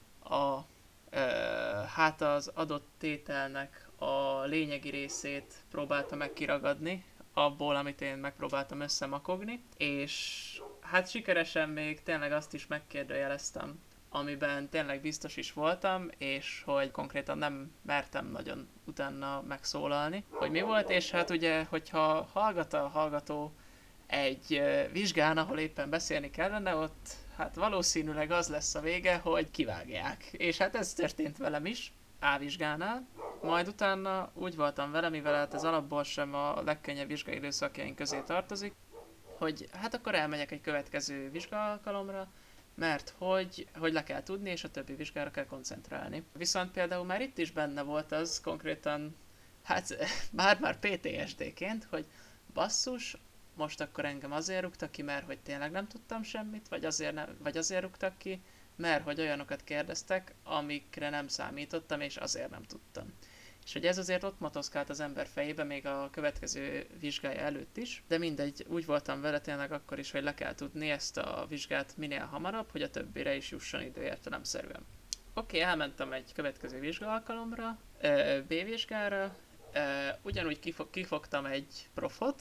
hát az adott tételnek a lényegi részét próbálta meg kiragadni, abból, amit én megpróbáltam összemakogni, és hát sikeresen még tényleg azt is megkérdőjeleztem, amiben tényleg biztos is voltam, és hogy konkrétan nem mertem nagyon utána megszólalni, hogy mi volt, és hát ugye, hogyha hallgat a hallgató egy vizsgán, ahol éppen beszélni kellene, ott hát valószínűleg az lesz a vége, hogy kivágják. És hát ez történt velem is, A vizsgánál. Majd utána úgy voltam vele, mivel hát ez alapból sem a legkönnyebb vizsgai időszakjaink közé tartozik, hogy hát akkor elmegyek egy következő vizsgaalkalomra, mert hogy le kell tudni, és a többi vizsgára kell koncentrálni. Viszont például már itt is benne volt az konkrétan, hát már PTSD-ként, hogy basszus, most akkor engem azért rúgtak ki, mert hogy tényleg nem tudtam semmit, vagy azért rúgtak ki, mert hogy olyanokat kérdeztek, amikre nem számítottam, és azért nem tudtam. És hogy ez azért ott motoszkált az ember fejébe még a következő vizsgája előtt is, de mindegy, úgy voltam vele tényleg akkor is, hogy le kell tudni ezt a vizsgát minél hamarabb, hogy a többire is jusson idő értelemszerűen. Oké, elmentem egy következő vizsgaalkalomra, B-vizsgára, ugyanúgy kifogtam egy profot,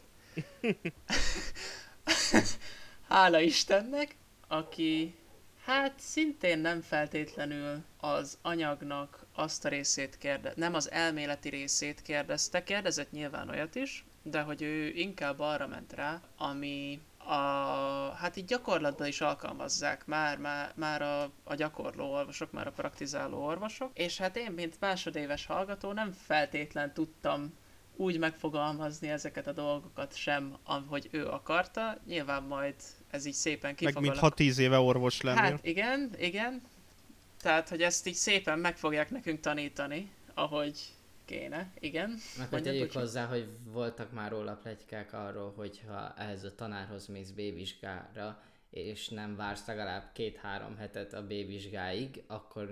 hála Istennek, aki hát szintén nem feltétlenül az anyagnak azt a részét nem az elméleti részét kérdezett nyilván olyat is, de hogy ő inkább arra ment rá, ami hát így gyakorlatban is alkalmazzák már a gyakorló orvosok, már a praktizáló orvosok, és hát én, mint másodéves hallgató nem feltétlen tudtam úgy megfogalmazni ezeket a dolgokat sem, ahogy ő akarta. Nyilván majd ez így szépen ki meg fog mintha 10 éve orvos lennél. Hát igen. Tehát, hogy ezt így szépen meg fogják nekünk tanítani, ahogy kéne, igen. Meg hogy tegyük hozzá, hogy voltak már róla pletykák arról, hogyha ehhez a tanárhoz mész B-vizsgára, és nem vársz legalább 2-3 hetet a B-vizsgáig, akkor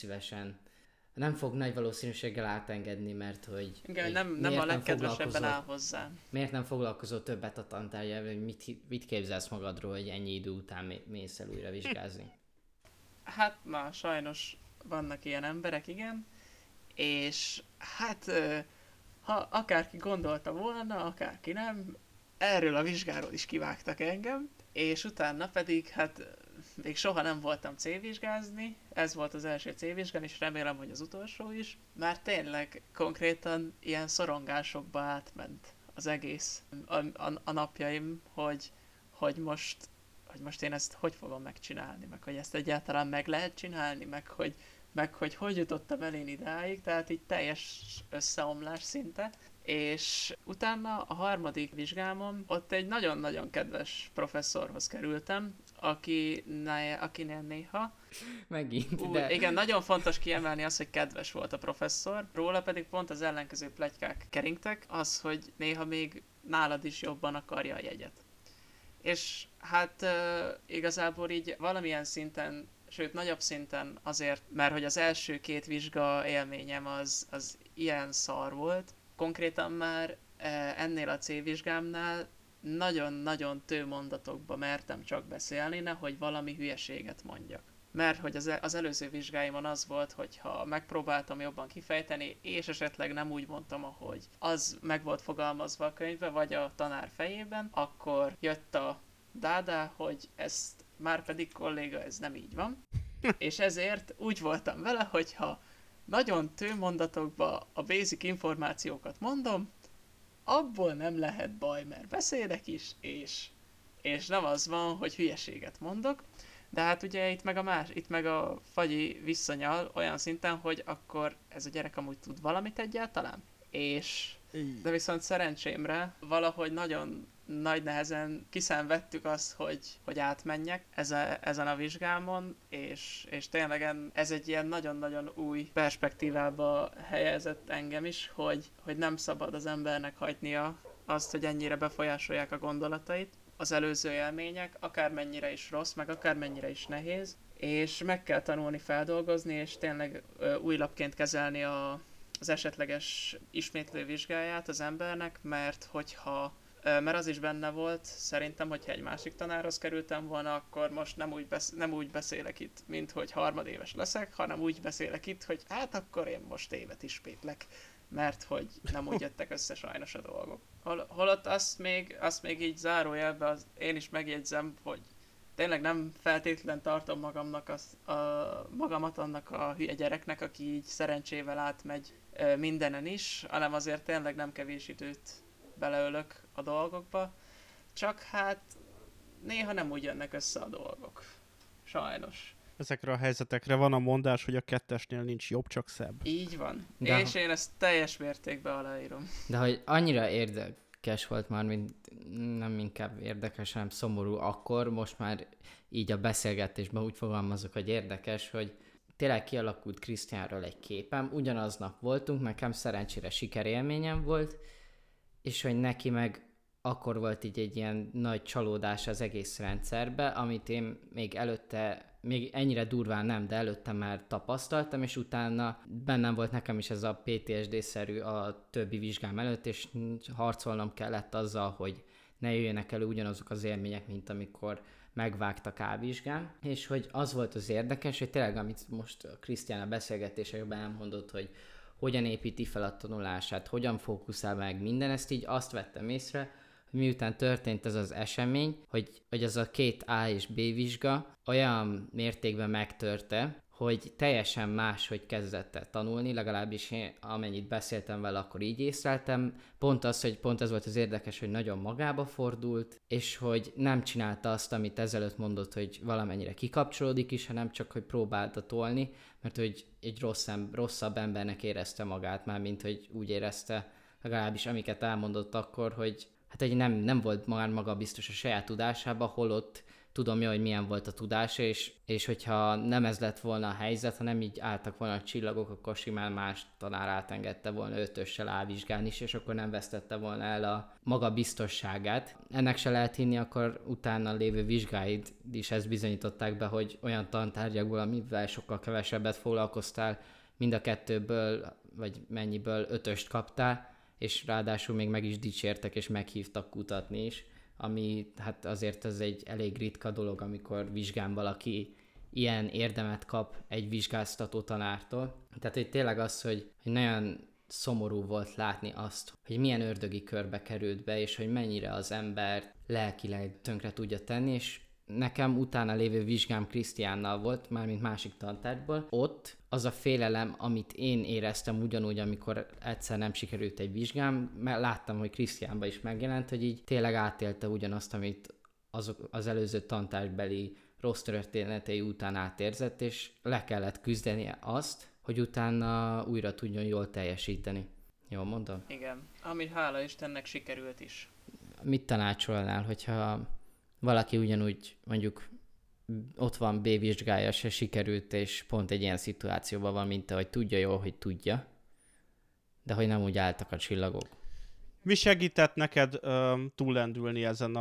nem fog nagy valószínűséggel átengedni, mert hogy... Igen, nem a legkedvesebben áll hozzá. Miért nem foglalkozol többet a tantárgyával, hogy mit képzelsz magadról, hogy ennyi idő után mész el újra vizsgázni? Hát sajnos vannak ilyen emberek, igen. És hát ha akárki gondolta volna, akárki nem, erről a vizsgáról is kivágtak engem, és utána pedig hát még soha nem voltam C-vizsgázni, ez volt az első C-vizsgám, és remélem, hogy az utolsó is. Már tényleg konkrétan ilyen szorongásokba átment az egész a napjaim, hogy most én ezt hogy fogom megcsinálni, meg hogy ezt egyáltalán meg lehet csinálni, meg hogy jutottam el én idáig, tehát így teljes összeomlás szinte. És utána a harmadik vizsgámon ott egy nagyon-nagyon kedves professzorhoz kerültem, akinél néha... Megint, de... Igen, nagyon fontos kiemelni az, hogy kedves volt a professzor, róla pedig pont az ellenkező pletykák keringtek, az, hogy néha még nálad is jobban akarja a jegyet. És hát igazából így valamilyen szinten, sőt nagyobb szinten azért, mert hogy az első 2 vizsga élményem az ilyen szar volt. Konkrétan már ennél a C-vizsgámnál nagyon-nagyon mondatokba mertem csak beszélni, nehogy valami hülyeséget mondjak. Mert hogy az előző vizsgáimon az volt, hogy ha megpróbáltam jobban kifejteni, és esetleg nem úgy mondtam, ahogy az meg volt fogalmazva a könyvbe, vagy a tanár fejében, akkor jött a dádá, hogy ezt már pedig kolléga, ez nem így van. És ezért úgy voltam vele, hogyha nagyon mondatokba a basic információkat mondom, abból nem lehet baj, mert beszélek is, és nem az van, hogy hülyeséget mondok. De hát ugye itt meg a fagyi visszanyal olyan szinten, hogy akkor ez a gyerek amúgy tud valamit egyáltalán. De viszont szerencsémre valahogy nagyon nagy nehezen kiszenvedtük azt, hogy átmenjek ezen a vizsgámon, és tényleg ez egy ilyen nagyon-nagyon új perspektívába helyezett engem is, hogy nem szabad az embernek hagynia azt, hogy ennyire befolyásolják a gondolatait, az előző élmények, akármennyire is rossz, meg akármennyire is nehéz, és meg kell tanulni feldolgozni, és tényleg új lapként kezelni az esetleges ismétlő vizsgáját az embernek, mert az is benne volt, szerintem, hogyha egy másik tanárhoz kerültem volna, akkor most nem úgy beszélek itt, mint hogy harmadéves leszek, hanem úgy beszélek itt, hogy hát akkor én most évet ismétlek, mert hogy nem úgy jöttek össze sajnos a dolgok. Holott azt még így zárójelben én is megjegyzem, hogy tényleg nem feltétlen tartom magamat annak a hülye gyereknek, aki így szerencsével átmegy mindenen is, hanem azért tényleg nem kevés időt beleölök a dolgokba, csak hát néha nem úgy jönnek össze a dolgok. Sajnos. Ezekre a helyzetekre van a mondás, hogy a 2-esnél nincs jobb, csak szebb. Így van. De és én ezt teljes mértékben aláírom. De hogy annyira érdekes volt már, nem inkább érdekes, hanem szomorú akkor, most már így a beszélgetésben úgy fogalmazok, hogy érdekes, hogy tényleg kialakult Krisztiánról egy képem, ugyanaznap voltunk, nekem szerencsére sikerélményem volt, és hogy neki meg akkor volt így egy ilyen nagy csalódás az egész rendszerbe, amit én még előtte, még ennyire durván nem, de előtte már tapasztaltam, és utána bennem volt nekem is ez a PTSD-szerű a többi vizsgám előtt, és harcolnom kellett azzal, hogy ne jöjjenek elő ugyanazok az élmények, mint amikor megvágtak A-vizsgám, és hogy az volt az érdekes, hogy tényleg, amit most Krisztián a beszélgetésekben elmondott, hogy hogyan építi fel a tanulását, hogyan fókuszál meg minden, ezt így azt vettem észre, hogy miután történt ez az esemény, hogy az a 2 A és B vizsga olyan mértékben megtörte, hogy teljesen más, hogy kezdett el tanulni, legalábbis én, amennyit beszéltem vele, akkor így észleltem. Pont ez volt az érdekes, hogy nagyon magába fordult, és hogy nem csinálta azt, amit ezelőtt mondott, hogy valamennyire kikapcsolódik is, hanem csak, hogy próbálta tolni, mert hogy egy rosszabb embernek érezte magát, már mint hogy úgy érezte, legalábbis amiket elmondott akkor, hogy hát egy nem volt maga biztos a saját tudásába, holott tudom jó, hogy milyen volt a tudása, és hogyha nem ez lett volna a helyzet, ha nem így álltak volna a csillagok, akkor simán más tanár átengedte volna 5-össel A-vizsgán is, és akkor nem vesztette volna el a maga biztosságát. Ennek se lehet hinni, akkor utána lévő vizsgáid is ezt bizonyították be, hogy olyan tantárgyakból, amivel sokkal kevesebbet foglalkoztál, mind a 2-ből, vagy mennyiből 5-öst kaptál, és ráadásul még meg is dicsértek, és meghívtak kutatni is, ami hát azért ez egy elég ritka dolog, amikor vizsgán valaki ilyen érdemet kap egy vizsgáztató tanártól. Tehát, hogy tényleg az, hogy nagyon szomorú volt látni azt, hogy milyen ördögi körbe került be, és hogy mennyire az ember lelkileg tönkre tudja tenni, és nekem utána lévő vizsgám Krisztiánnal volt, mármint másik tantárgyból. Ott az a félelem, amit én éreztem ugyanúgy, amikor egyszer nem sikerült egy vizsgám, mert láttam, hogy Krisztiánban is megjelent, hogy így tényleg átélte ugyanazt, amit az előző tantárgybeli rossz történetei után átérzett, és le kellett küzdenie azt, hogy utána újra tudjon jól teljesíteni. Jól mondom? Igen, ami hála Istennek sikerült is. Mit tanácsolnál, hogyha valaki ugyanúgy mondjuk ott van B vizsgája, se sikerült, és pont egy ilyen szituációban van, mint te, hogy tudja jól, hogy tudja, de hogy nem úgy álltak a csillagok. Mi segített neked túllendülni ezen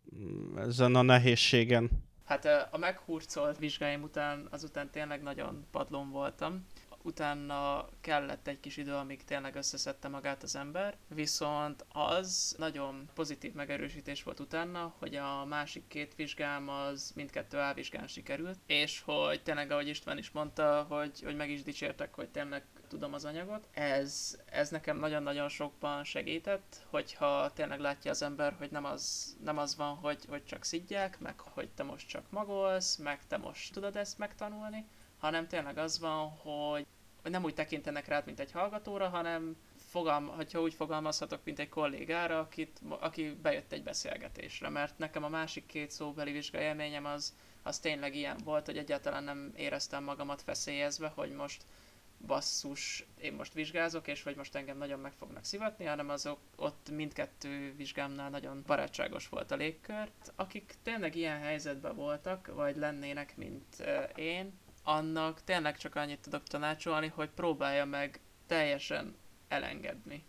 a nehézségen? Hát a meghurcolt vizsgáim után, azután tényleg nagyon padlón voltam. Utána kellett egy kis idő, amíg tényleg összeszedte magát az ember, viszont az nagyon pozitív megerősítés volt utána, hogy a másik 2 vizsgám az mindkettő A-vizsgán sikerült, és hogy tényleg, ahogy István is mondta, hogy meg is dicsértek, hogy tényleg tudom az anyagot. Ez nekem nagyon-nagyon sokban segített, hogyha tényleg látja az ember, hogy nem az van, hogy csak szidják, meg hogy te most csak magolsz, meg te most tudod ezt megtanulni, hanem tényleg az van, hogy nem úgy tekintenek rád, mint egy hallgatóra, hanem hogyha úgy fogalmazhatok, mint egy kollégára, aki bejött egy beszélgetésre. Mert nekem a másik 2 szóbeli vizsgaélményem az tényleg ilyen volt, hogy egyáltalán nem éreztem magamat feszélyezve, hogy most basszus, én most vizsgázok, és hogy most engem nagyon meg fognak szivatni, hanem azok ott mindkettő vizsgámnál nagyon barátságos volt a légkör. Akik tényleg ilyen helyzetben voltak, vagy lennének, mint én, annak tényleg csak annyit tudok tanácsolni, hogy próbálja meg teljesen elengedni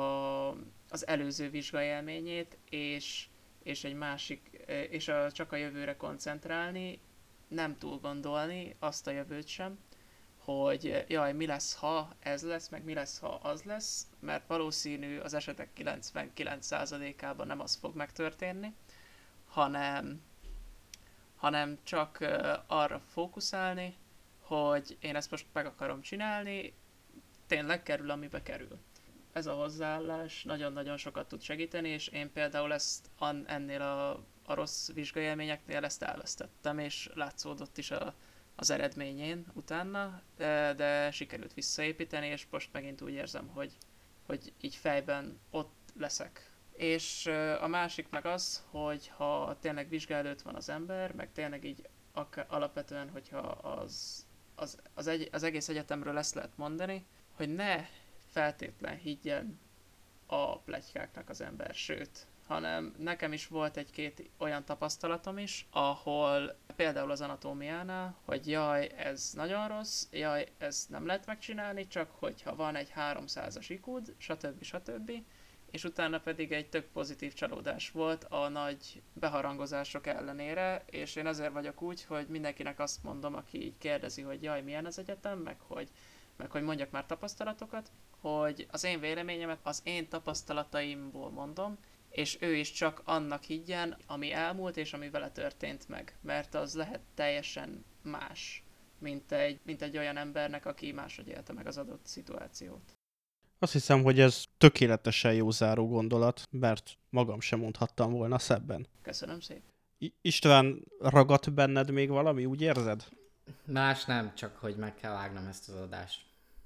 az előző vizsgaélményét, és egy másik, és csak a jövőre koncentrálni, nem túl gondolni azt a jövőt sem, hogy jaj, mi lesz, ha ez lesz, meg mi lesz, ha az lesz, mert valószínű az esetek 99%-ában nem az fog megtörténni, hanem csak arra fókuszálni, hogy én ezt most meg akarom csinálni, tényleg kerül, amibe kerül. Ez a hozzáállás nagyon-nagyon sokat tud segíteni, és én például ezt ennél a rossz vizsgaélményeknél ezt elvesztettem, és látszódott is az eredményén utána, de sikerült visszaépíteni, és most megint úgy érzem, hogy így fejben ott leszek. És a másik meg az, hogy ha tényleg vizsga előtt van az ember, meg tényleg így alapvetően, hogyha az egész egyetemről ezt lehet mondani, hogy ne feltétlen higgyen a pletykáknak az ember, sőt, hanem nekem is volt 1-2 olyan tapasztalatom is, ahol például az anatómiánál, hogy jaj, ez nagyon rossz, jaj, ezt nem lehet megcsinálni, csak hogyha van egy 300-as IQ-d, stb. és utána pedig egy tök pozitív csalódás volt a nagy beharangozások ellenére, és én ezért vagyok úgy, hogy mindenkinek azt mondom, aki így kérdezi, hogy jaj, milyen az egyetem, meg hogy mondjak már tapasztalatokat, hogy az én véleményemet az én tapasztalataimból mondom, és ő is csak annak higgyen, ami elmúlt és ami vele történt meg, mert az lehet teljesen más, mint egy olyan embernek, aki máshogy élte meg az adott szituációt. Azt hiszem, hogy ez tökéletesen jó záró gondolat, mert magam sem mondhattam volna szebben. Köszönöm szépen. István, ragadt benned még valami, úgy érzed? Más nem, csak hogy meg kell vágnom ezt az adást.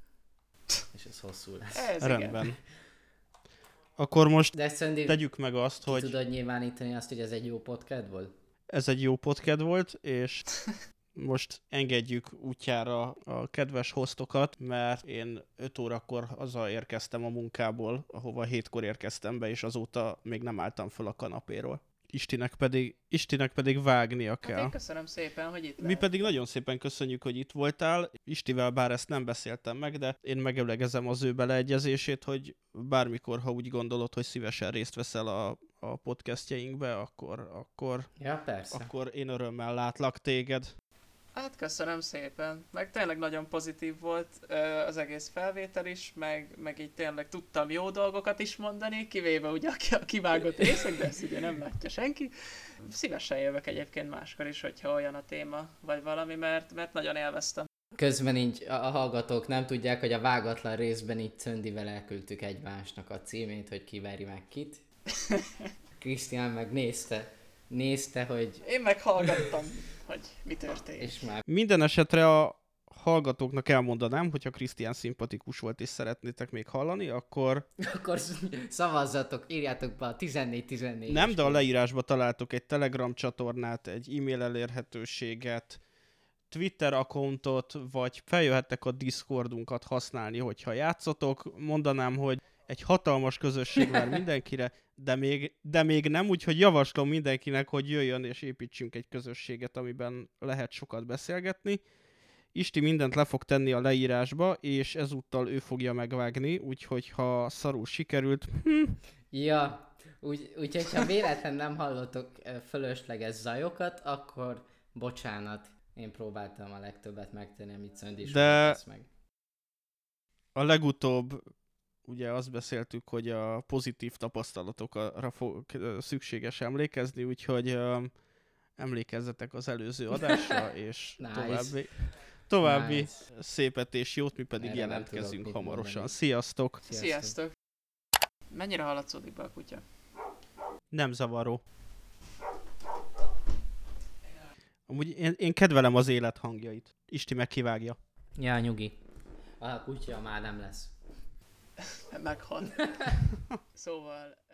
És ez hosszú lesz. Ez Rendben. igen. Akkor most De Szöndi, tegyük meg azt, hogy tudod nyilvánítani azt, hogy ez egy jó podcast volt? ez egy jó podcast volt, és most engedjük útjára a kedves hostokat, mert én 5 órakor hazaérkeztem a munkából, ahova 7-kor érkeztem be, és azóta még nem álltam föl a kanapéról. Istinek pedig vágnia Hát kell. én köszönöm szépen, hogy itt Mi lehet. pedig nagyon szépen köszönjük, hogy itt voltál. Istivel bár ezt nem beszéltem meg, de én megelegezem az ő beleegyezését, hogy bármikor, ha úgy gondolod, hogy szívesen részt veszel a podcastjeinkbe, akkor Ja, persze. én örömmel látlak téged. Hát köszönöm szépen, meg tényleg nagyon pozitív volt az egész felvétel is, meg így tényleg tudtam jó dolgokat is mondani, kivéve ugye a kivágott részek, de ezt ugye nem látja senki. Szívesen jövök egyébként máskor is, hogyha olyan a téma, vagy valami, mert nagyon élveztem. Közben így a hallgatók nem tudják, hogy a vágatlan részben így Cöndivel elküldtük egymásnak a címét, hogy kiveri meg kit. Krisztián meg nézte, hogy... Én meghallgattam, hogy mi történt. És már Minden esetre a hallgatóknak elmondanám, hogyha Krisztián szimpatikus volt és szeretnétek még hallani, akkor akkor szavazzatok, írjátok be a 14-14. nem, de a leírásba találtok egy Telegram csatornát, egy e-mail elérhetőséget, Twitter accountot, vagy feljöhettek a Discordunkat használni, hogyha játszotok. Mondanám, hogy egy hatalmas közösség vár mindenkire, de még nem, úgyhogy javaslom mindenkinek, hogy jöjjön és építsünk egy közösséget, amiben lehet sokat beszélgetni. Isti mindent le fog tenni a leírásba, és ezúttal ő fogja megvágni, úgyhogy ha szarul sikerült, Ja, úgyhogy ha véletlen nem hallottok fölösleges zajokat, akkor bocsánat. Én próbáltam a legtöbbet megtenni, amit Szöndi is De- tesz meg. a legutóbb ugye azt beszéltük, hogy a pozitív tapasztalatokra szükséges emlékezni, úgyhogy emlékezzetek az előző adásra, és Nice. további Nice. szépet és jót, mi pedig Erre nem jelentkezünk tudok mit hamarosan. mondani. Sziasztok! Sziasztok! Mennyire hallatszódik be a kutya? Nem zavaró. Amúgy én kedvelem az élet hangjait. Isti meg kivágja. Ja, nyugi. A kutya már nem lesz. Meghal. Szóval